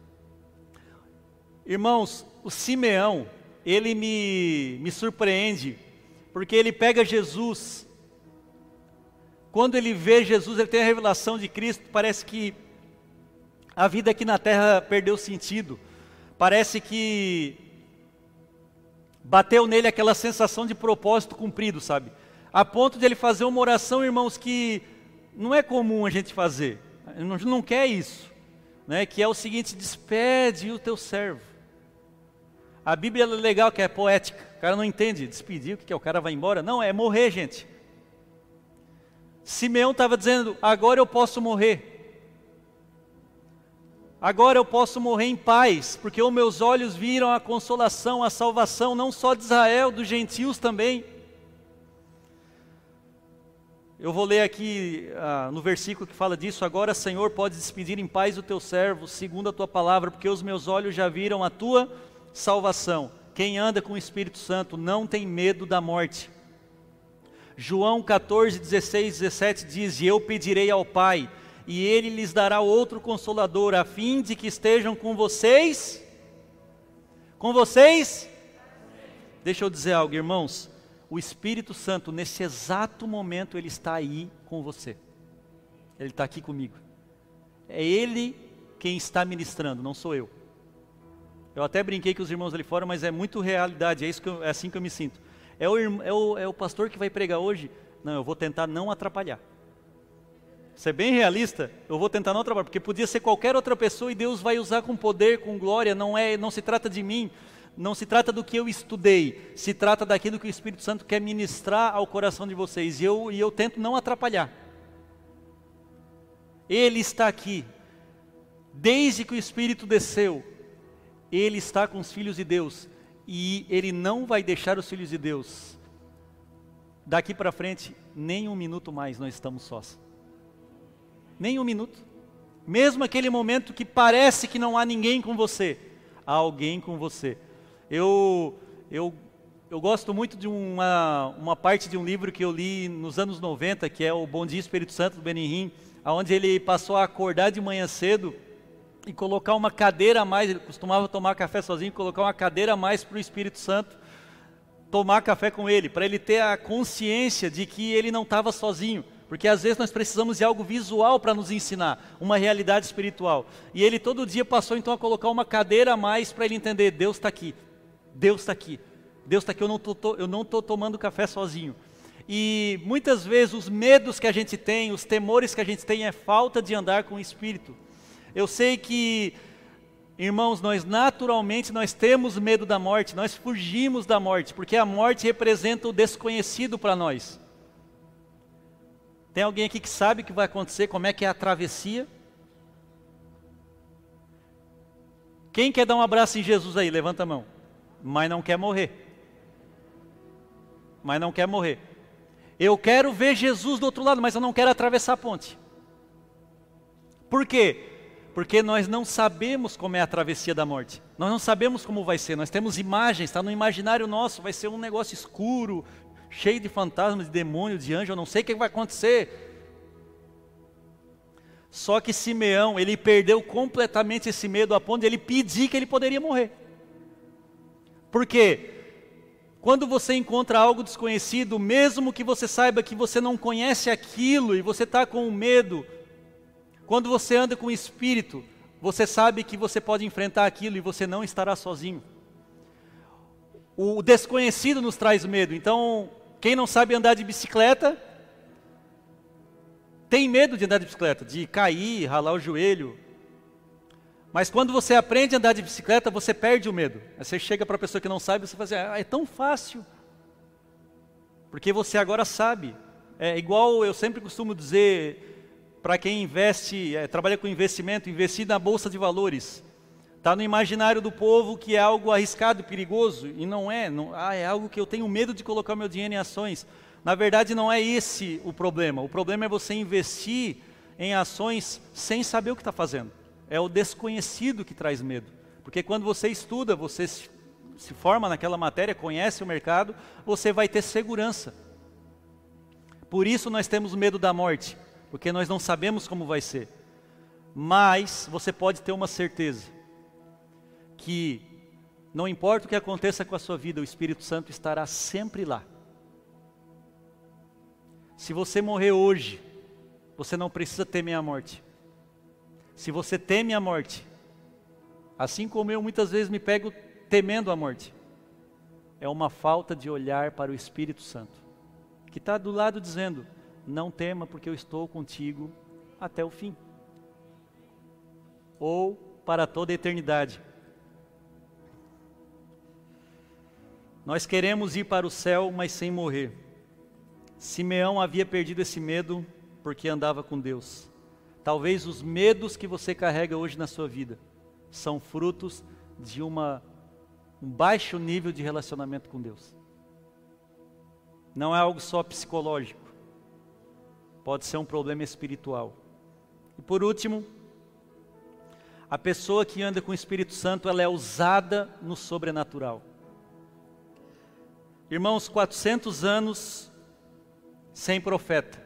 Irmãos, o Simeão, ele me surpreende, porque ele pega Jesus. Quando ele vê Jesus, ele tem a revelação de Cristo, parece que a vida aqui na terra perdeu sentido. Parece que bateu nele aquela sensação de propósito cumprido, sabe? A ponto de ele fazer uma oração, irmãos, que não é comum a gente fazer. Não quer isso, né? Que é o seguinte: despede o teu servo. A Bíblia é legal, que é poética. O cara não entende, despedir, o que é? O cara vai embora? Não, é morrer, gente. Simeão estava dizendo, agora eu posso morrer. Agora eu posso morrer em paz, porque os meus olhos viram a consolação, a salvação, não só de Israel, dos gentios também. Eu vou ler aqui no versículo que fala disso. Agora, Senhor, pode despedir em paz o teu servo, segundo a tua palavra, porque os meus olhos já viram a tua salvação. Quem anda com o Espírito Santo não tem medo da morte. João 14, 16, 17 diz, e eu pedirei ao Pai, e Ele lhes dará outro Consolador, a fim de que estejam com vocês. Com vocês? Deixa eu dizer algo, irmãos. O Espírito Santo, nesse exato momento, Ele está aí com você. Ele está aqui comigo. É Ele quem está ministrando, não sou eu. Eu até brinquei com os irmãos ali fora, mas é muito realidade, é assim que eu me sinto. É o pastor que vai pregar hoje? Não, eu vou tentar não atrapalhar. Ser bem realista, eu vou tentar não atrapalhar, porque podia ser qualquer outra pessoa e Deus vai usar com poder, com glória, não se trata de mim. Não se trata do que eu estudei, se trata daquilo que o Espírito Santo quer ministrar ao coração de vocês, e eu tento não atrapalhar. Ele está aqui, desde que o Espírito desceu, Ele está com os filhos de Deus, e Ele não vai deixar os filhos de Deus. Daqui para frente, nem um minuto mais nós estamos sós. Nem um minuto. Mesmo aquele momento que parece que não há ninguém com você, há alguém com você. Eu gosto muito de uma parte de um livro que eu li nos anos 90, que é o Bom Dia Espírito Santo, do Benihim, onde ele passou a acordar de manhã cedo e colocar uma cadeira a mais. Ele costumava tomar café sozinho, colocar uma cadeira a mais para o Espírito Santo tomar café com ele, para ele ter a consciência de que ele não estava sozinho. Porque às vezes nós precisamos de algo visual para nos ensinar, uma realidade espiritual. E ele todo dia passou então a colocar uma cadeira a mais para ele entender, Deus está aqui, Deus está aqui, Deus está aqui, eu não estou tomando café sozinho. E muitas vezes os medos que a gente tem, os temores que a gente tem é falta de andar com o Espírito. Eu sei que Irmãos, nós temos medo da morte, nós fugimos da morte, porque a morte representa o desconhecido para nós. Tem alguém aqui que sabe o que vai acontecer, como é que é a travessia? Quem quer dar um abraço em Jesus aí? Levanta a mão. Mas não quer morrer. Mas não quer morrer. Eu quero ver Jesus do outro lado, mas eu não quero atravessar a ponte. Por quê? Porque nós não sabemos como é a travessia da morte. Nós não sabemos como vai ser. Nós temos imagens, está no imaginário nosso. Vai ser um negócio escuro, cheio de fantasmas, de demônios, de anjos. Eu não sei o que vai acontecer. Só que Simeão, ele perdeu completamente esse medo a ponto de ele pedir que ele poderia morrer. Por quê? Quando você encontra algo desconhecido, mesmo que você saiba que você não conhece aquilo e você está com medo, quando você anda com o Espírito, você sabe que você pode enfrentar aquilo e você não estará sozinho. O desconhecido nos traz medo. Então, quem não sabe andar de bicicleta, tem medo de andar de bicicleta, de cair, ralar o joelho. Mas quando você aprende a andar de bicicleta, você perde o medo. Aí você chega para a pessoa que não sabe, você fala assim, é tão fácil. Porque você agora sabe. É igual eu sempre costumo dizer para quem investe, trabalha com investimento, investir na bolsa de valores. Está no imaginário do povo que é algo arriscado e perigoso, e não é. É algo que eu tenho medo de colocar meu dinheiro em ações. Na verdade não é esse o problema é você investir em ações sem saber o que está fazendo. É o desconhecido que traz medo, porque quando você estuda, você se forma naquela matéria, conhece o mercado, você vai ter segurança. Por isso nós temos medo da morte, porque nós não sabemos como vai ser. Mas você pode ter uma certeza, que não importa o que aconteça com a sua vida, o Espírito Santo estará sempre lá. Se você morrer hoje, você não precisa temer a morte. Se você teme a morte, assim como eu muitas vezes me pego temendo a morte, é uma falta de olhar para o Espírito Santo, que está do lado dizendo, não tema porque eu estou contigo até o fim, ou para toda a eternidade. Nós queremos ir para o céu, mas sem morrer. Simeão havia perdido esse medo porque andava com Deus. Talvez os medos que você carrega hoje na sua vida são frutos de um baixo nível de relacionamento com Deus. Não é algo só psicológico. Pode ser um problema espiritual. E por último, a pessoa que anda com o Espírito Santo, ela é usada no sobrenatural. Irmãos, 400 anos sem profeta.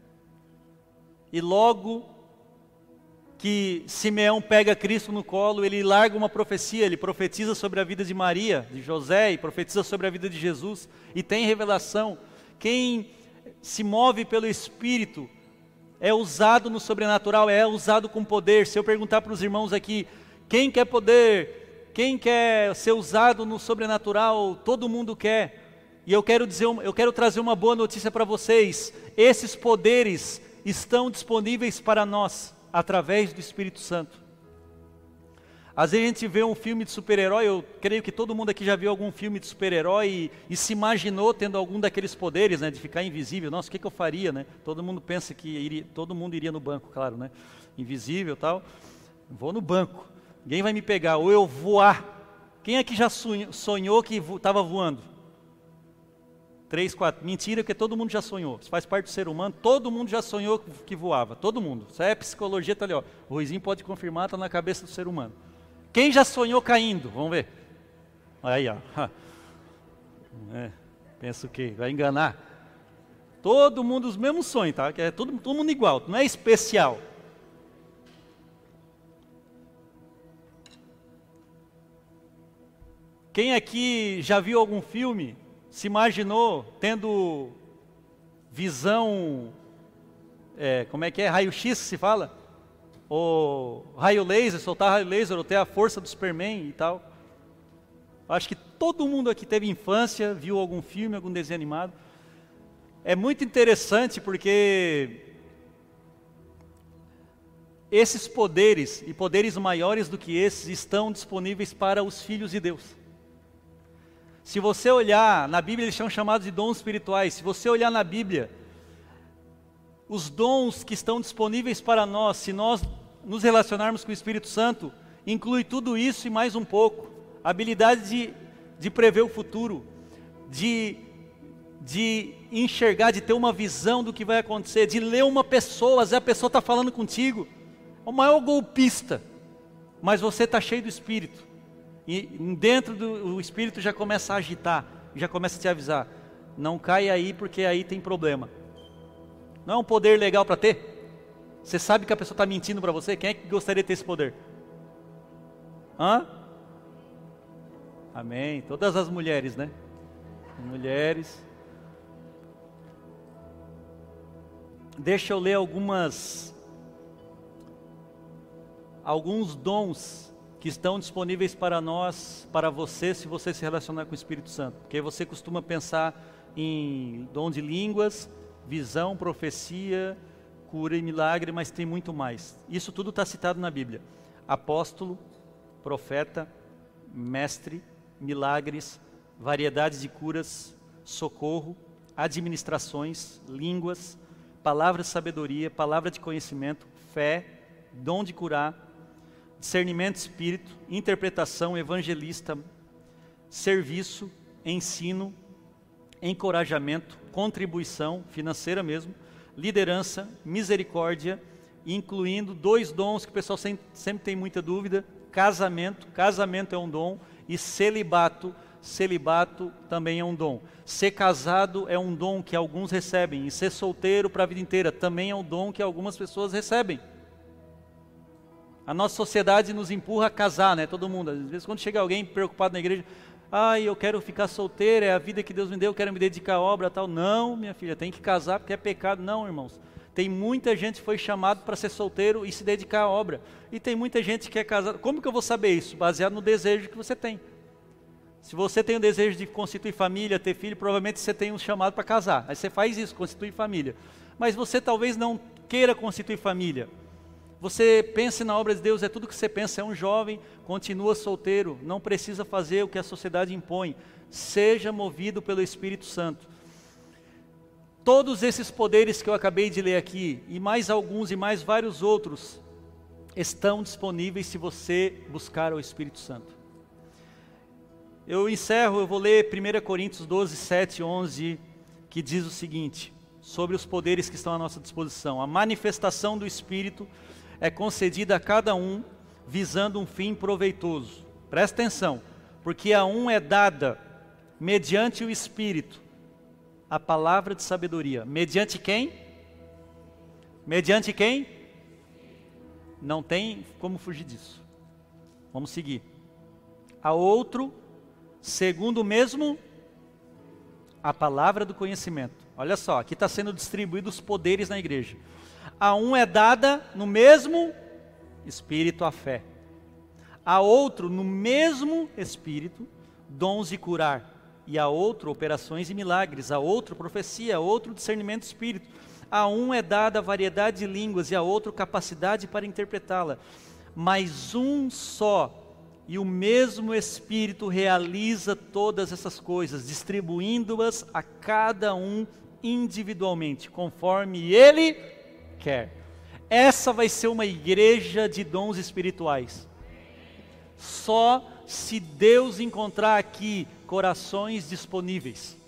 E logo que Simeão pega Cristo no colo, ele larga uma profecia, ele profetiza sobre a vida de Maria, de José, e profetiza sobre a vida de Jesus, e tem revelação. Quem se move pelo Espírito é usado no sobrenatural, é usado com poder. Se eu perguntar para os irmãos aqui, quem quer poder, quem quer ser usado no sobrenatural, todo mundo quer. E eu quero trazer uma boa notícia para vocês, esses poderes estão disponíveis para nós, através do Espírito Santo. Às vezes a gente vê um filme de super-herói, eu creio que todo mundo aqui já viu algum filme de super-herói e se imaginou tendo algum daqueles poderes, né, de ficar invisível. Nossa, o que eu faria, né? Todo mundo pensa que todo mundo iria no banco, claro, né? Invisível e tal. Vou no banco, ninguém vai me pegar, ou eu voar. Quem aqui já sonhou que estava voando? 3, 4, mentira, porque todo mundo já sonhou. Isso faz parte do ser humano, todo mundo já sonhou que voava, todo mundo. Isso é psicologia, tá ali, ó. O Ruizinho pode confirmar, está na cabeça do ser humano. Quem já sonhou caindo? Vamos ver. Aí, ó. Pensa o quê? Vai enganar. Todo mundo os mesmos sonhos, tá? Que é todo mundo igual, não é especial. Quem aqui já viu algum filme, se imaginou tendo visão, como é que é? Raio-X se fala? Ou raio laser, soltar raio laser, ou ter a força do Superman e tal. Acho que todo mundo aqui teve infância, viu algum filme, algum desenho animado. É muito interessante porque Esses poderes, e poderes maiores do que esses, estão disponíveis para os filhos de Deus. Se você olhar, na Bíblia eles são chamados de dons espirituais. Se você olhar na Bíblia, os dons que estão disponíveis para nós, se nós nos relacionarmos com o Espírito Santo, inclui tudo isso e mais um pouco. A habilidade de prever o futuro, de enxergar, de ter uma visão do que vai acontecer, de ler uma pessoa, às vezes a pessoa está falando contigo, o maior golpista, mas você está cheio do Espírito, e dentro do Espírito já começa a agitar, já começa a te avisar, não cai aí porque aí tem problema. Não é um poder legal para ter? Você sabe que a pessoa está mentindo para você? Quem é que gostaria de ter esse poder? Hã? Amém, todas as mulheres, né? Mulheres. Deixa eu ler alguns dons que estão disponíveis para nós, para você, se você se relacionar com o Espírito Santo. Porque você costuma pensar em dom de línguas, visão, profecia, cura e milagre, mas tem muito mais. Isso tudo está citado na Bíblia. Apóstolo, profeta, mestre, milagres, variedades de curas, socorro, administrações, línguas, palavra de sabedoria, palavra de conhecimento, fé, dom de curar, discernimento de espírito, interpretação, evangelista, serviço, ensino, encorajamento, contribuição financeira mesmo, liderança, misericórdia, incluindo 2 dons que o pessoal sempre tem muita dúvida: casamento é um dom, e celibato também é um dom. Ser casado é um dom que alguns recebem, e ser solteiro para a vida inteira também é um dom que algumas pessoas recebem. A nossa sociedade nos empurra a casar, né? Todo mundo, às vezes quando chega alguém preocupado na igreja, eu quero ficar solteiro, é a vida que Deus me deu, eu quero me dedicar à obra, tal. Não, minha filha, tem que casar porque é pecado. Não, irmãos. Tem muita gente que foi chamado para ser solteiro e se dedicar à obra. E tem muita gente que é casada. Como que eu vou saber isso? Baseado no desejo que você tem. Se você tem o desejo de constituir família, ter filho, provavelmente você tem um chamado para casar. Aí você faz isso, constitui família. Mas você talvez não queira constituir família. Você pensa na obra de Deus, é tudo que você pensa, é um jovem, continua solteiro, não precisa fazer o que a sociedade impõe. Seja movido pelo Espírito Santo. Todos esses poderes que eu acabei de ler aqui, e mais alguns e mais vários outros, estão disponíveis se você buscar o Espírito Santo. Eu encerro, eu vou ler 1 Coríntios 12, 7 e 11, que diz o seguinte, sobre os poderes que estão à nossa disposição. A manifestação do Espírito é concedida a cada um, visando um fim proveitoso. Presta atenção, porque a um é dada, mediante o Espírito, a palavra de sabedoria. Mediante quem? Mediante quem? Não tem como fugir disso. Vamos seguir. A outro, segundo o mesmo, a palavra do conhecimento. Olha só, aqui está sendo distribuídos os poderes na igreja. A um é dada no mesmo Espírito a fé. A outro, no mesmo Espírito, dons de curar. E a outro, operações e milagres. A outro, profecia. A outro, discernimento de espírito. A um é dada a variedade de línguas e a outro, capacidade para interpretá-la. Mas um só e o mesmo Espírito realiza todas essas coisas, distribuindo-as a cada um individualmente, conforme Ele quer. Essa vai ser uma igreja de dons espirituais. Só se Deus encontrar aqui corações disponíveis.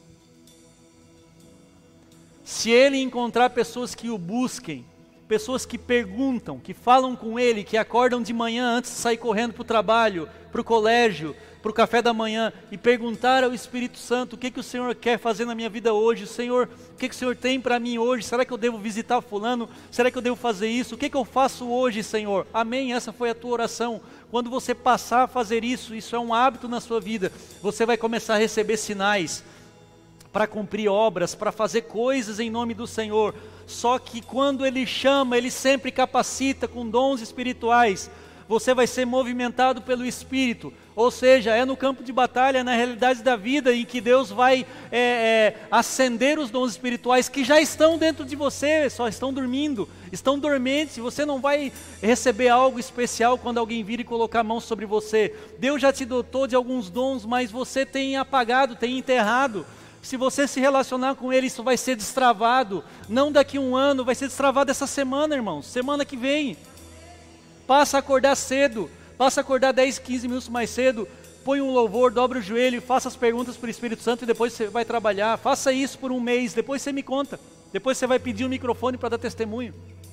Se Ele encontrar pessoas que o busquem, pessoas que perguntam, que falam com Ele, que acordam de manhã antes de sair correndo para o trabalho, para o colégio, para o café da manhã, e perguntar ao Espírito Santo, o que o Senhor quer fazer na minha vida hoje? Senhor, o que o Senhor tem para mim hoje? Será que eu devo visitar fulano? Será que eu devo fazer isso? O que eu faço hoje, Senhor? Amém, essa foi a tua oração. Quando você passar a fazer isso, isso é um hábito na sua vida, você vai começar a receber sinais, para cumprir obras, para fazer coisas em nome do Senhor. Só que quando Ele chama, Ele sempre capacita com dons espirituais. você vai ser movimentado pelo Espírito. Ou seja, é no campo de batalha, na realidade da vida, em que Deus vai acender os dons espirituais que já estão dentro de você, só estão dormindo, estão dormentes. Você não vai receber algo especial quando alguém vir e colocar a mão sobre você. Deus já te dotou de alguns dons, mas você tem apagado, tem enterrado. Se você se relacionar com Ele, isso vai ser destravado, não daqui a um ano, vai ser destravado essa semana, irmãos, semana que vem. Passa a acordar cedo, passa a acordar 10, 15 minutos mais cedo, põe um louvor, dobra o joelho, faça as perguntas para o Espírito Santo e depois você vai trabalhar. Faça isso por um mês, depois você me conta, depois você vai pedir um microfone para dar testemunho.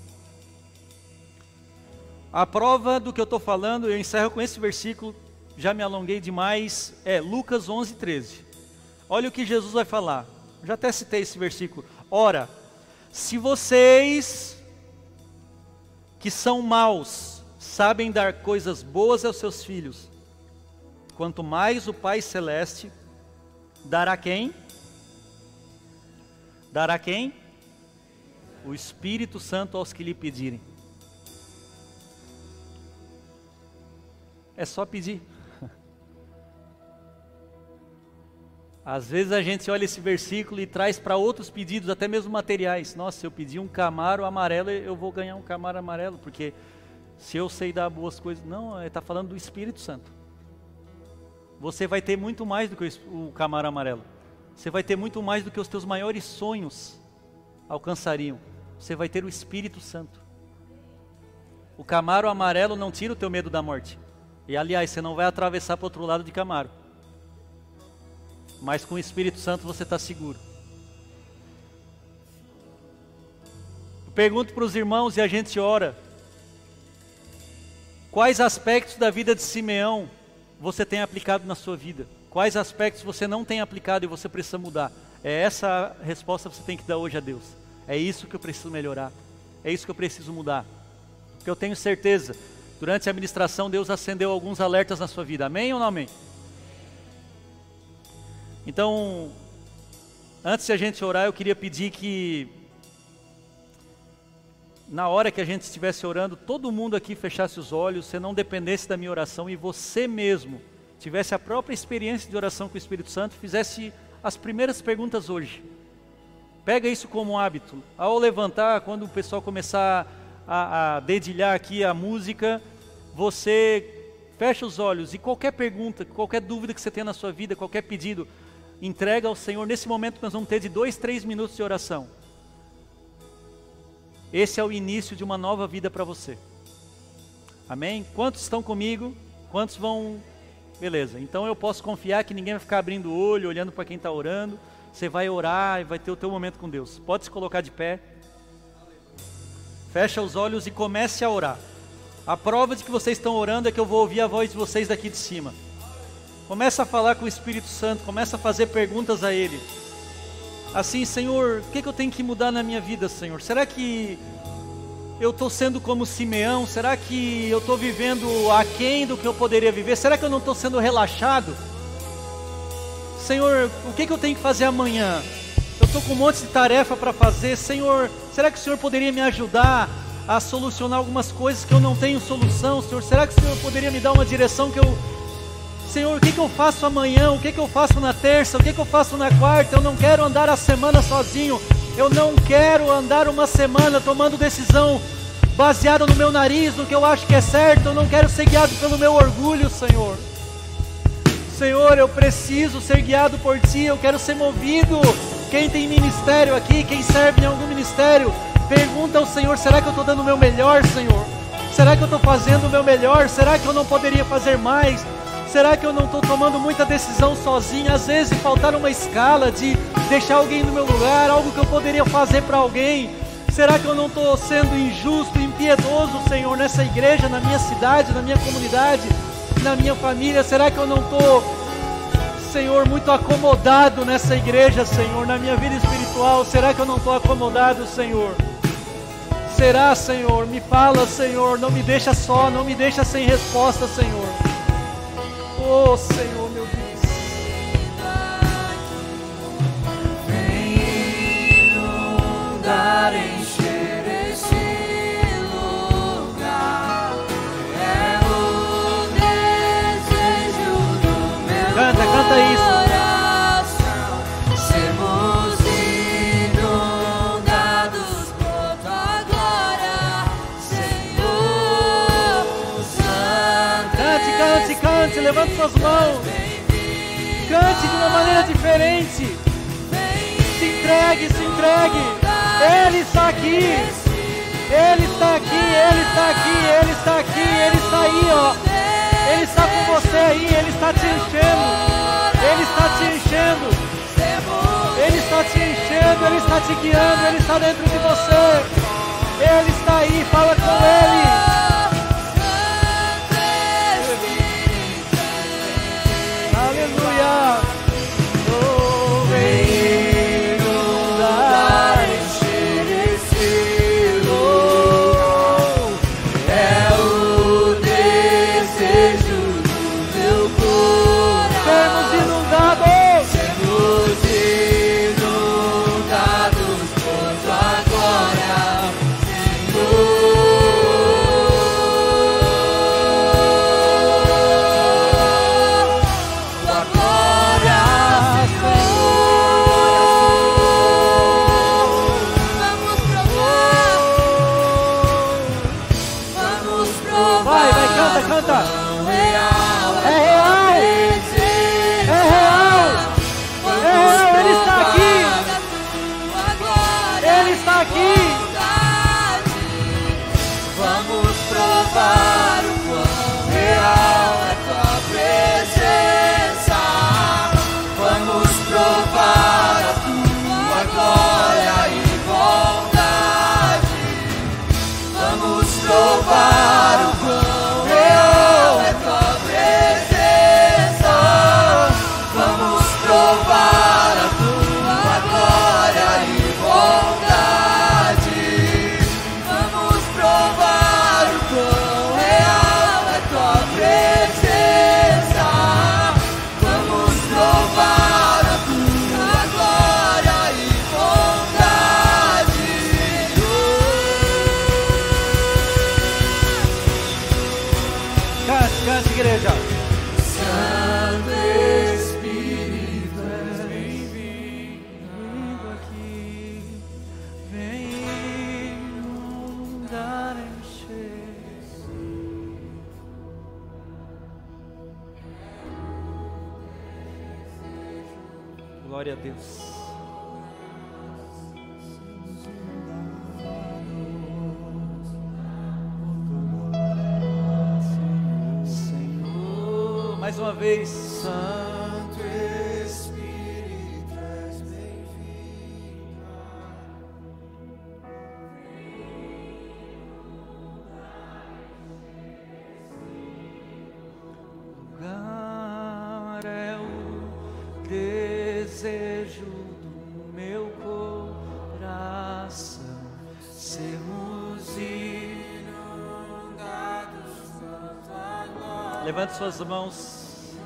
A prova do que eu estou falando, eu encerro com esse versículo, já me alonguei demais, é Lucas 11, 13. Olha o que Jesus vai falar, já até citei esse versículo. Ora, se vocês que são maus sabem dar coisas boas aos seus filhos, quanto mais o Pai Celeste dará quem? Dará quem? O Espírito Santo aos que lhe pedirem. É só pedir. Às vezes a gente olha esse versículo e traz para outros pedidos, até mesmo materiais. Nossa, se eu pedir um Camaro amarelo, eu vou ganhar um Camaro amarelo, porque se eu sei dar boas coisas. Não, está falando do Espírito Santo. Você vai ter muito mais do que o Camaro amarelo. Você vai ter muito mais do que os teus maiores sonhos alcançariam. Você vai ter o Espírito Santo. O Camaro amarelo não tira o teu medo da morte. E aliás, você não vai atravessar para o outro lado de Camaro. Mas com o Espírito Santo você está seguro. Eu pergunto para os irmãos e a gente ora. Quais aspectos da vida de Simeão você tem aplicado na sua vida? Quais aspectos você não tem aplicado e você precisa mudar? É essa a resposta que você tem que dar hoje a Deus. É isso que eu preciso melhorar. É isso que eu preciso mudar. Porque eu tenho certeza, durante a ministração Deus acendeu alguns alertas na sua vida. Amém ou não amém? Então, antes de a gente orar, eu queria pedir que, na hora que a gente estivesse orando, todo mundo aqui fechasse os olhos, você não dependesse da minha oração e você mesmo tivesse a própria experiência de oração com o Espírito Santo, fizesse as primeiras perguntas hoje. Pega isso como um hábito. Ao levantar, quando o pessoal começar a dedilhar aqui a música, você fecha os olhos e qualquer pergunta, qualquer dúvida que você tenha na sua vida, qualquer pedido, entrega ao Senhor. Nesse momento nós vamos ter de 2, 3 minutos de oração. Esse é o início de uma nova vida para você. Amém? Quantos estão comigo? Quantos vão? Beleza, então eu posso confiar que ninguém vai ficar abrindo o olho, olhando para quem está orando. Você vai orar e vai ter o teu momento com Deus. Pode se colocar de pé. Fecha os olhos e comece a orar. A prova de que vocês estão orando é que eu vou ouvir a voz de vocês daqui de cima. Começa a falar com o Espírito Santo, começa a fazer perguntas a Ele. Assim, Senhor, o que eu tenho que mudar na minha vida, Senhor? Será que eu estou sendo como Simeão? Será que eu estou vivendo aquém do que eu poderia viver? Será que eu não estou sendo relaxado? Senhor, o que eu tenho que fazer amanhã? Eu estou com um monte de tarefa para fazer. Senhor, será que o Senhor poderia me ajudar a solucionar algumas coisas que eu não tenho solução, Senhor? Será que o Senhor poderia me dar uma direção que eu... Senhor, o que eu faço amanhã? O que eu faço na terça? O que eu faço na quarta? Eu não quero andar a semana sozinho. Eu não quero andar uma semana tomando decisão baseada no meu nariz, no que eu acho que é certo. Eu não quero ser guiado pelo meu orgulho, Senhor. Senhor, eu preciso ser guiado por Ti. Eu quero ser movido. Quem tem ministério aqui, quem serve em algum ministério, pergunta ao Senhor: será que eu estou dando o meu melhor, Senhor? Será que eu estou fazendo o meu melhor? Será que eu não poderia fazer mais? Será que eu não estou tomando muita decisão sozinho? Às vezes faltar uma escala de deixar alguém no meu lugar, algo que eu poderia fazer para alguém. Será que eu não estou sendo injusto, impiedoso, Senhor, nessa igreja, na minha cidade, na minha comunidade, na minha família? Será que eu não estou, Senhor, muito acomodado nessa igreja, Senhor, na minha vida espiritual? Será que eu não estou acomodado, Senhor? Será, Senhor? Me fala, Senhor, não me deixa só, não me deixa sem resposta, Senhor. Oh, Senhor, meu Deus. Vem inundar, encher esse lugar. É cante, levante suas mãos. Cante de uma maneira diferente. Se entregue, se entregue. Ele está aqui. Ele está aqui, Ele está aqui, Ele está aqui, Ele está aí, ó. Ele está com você aí, Ele está te enchendo. Ele está te enchendo. Ele está te enchendo, Ele está te guiando, Ele está dentro de você. Ele está aí, fala com Ele. Aleluia. Oh, vem inundar, encher esse lugar. É o desejo do meu coração. Sermos inundados. Sermos inundados por tua glória, Senhor. Canta. É real. É real. Ele está aqui. Ele está aqui. Vamos provar o quão real é tua presença. Vamos provar a tua glória e bondade. Vamos provar o quão provar a tua glória e bondade. Vamos provar o quão real é tua presença. Vamos provar a tua glória e bondade. Cante, cante, igreja. Santo Espírito, glória a Deus. Senhor, mais uma vez. Santo Espírito, és bem-vindo. Lugar é o desejo do meu coração, sermos inundados por tua glória. Levante suas mãos.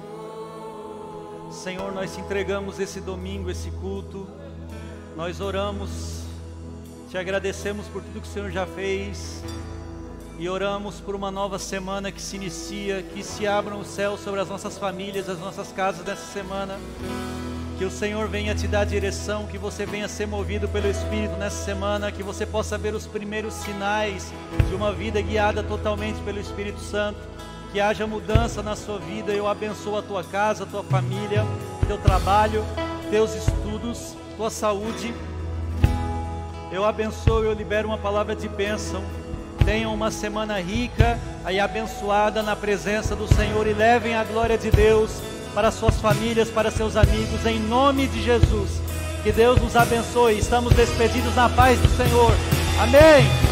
Senhor, nós te entregamos esse domingo, esse culto. Nós oramos, te agradecemos por tudo que o Senhor já fez. E oramos por uma nova semana que se inicia, que se abram os céus sobre as nossas famílias, as nossas casas nessa semana. Que o Senhor venha te dar direção, que você venha ser movido pelo Espírito nessa semana, que você possa ver os primeiros sinais de uma vida guiada totalmente pelo Espírito Santo. Que haja mudança na sua vida. Eu abençoo a tua casa, a tua família, teu trabalho, teus estudos, tua saúde. Eu abençoo, eu libero uma palavra de bênção. Tenham uma semana rica e abençoada na presença do Senhor e levem a glória de Deus para suas famílias, para seus amigos, em nome de Jesus. Que Deus nos abençoe. Estamos despedidos na paz do Senhor. Amém.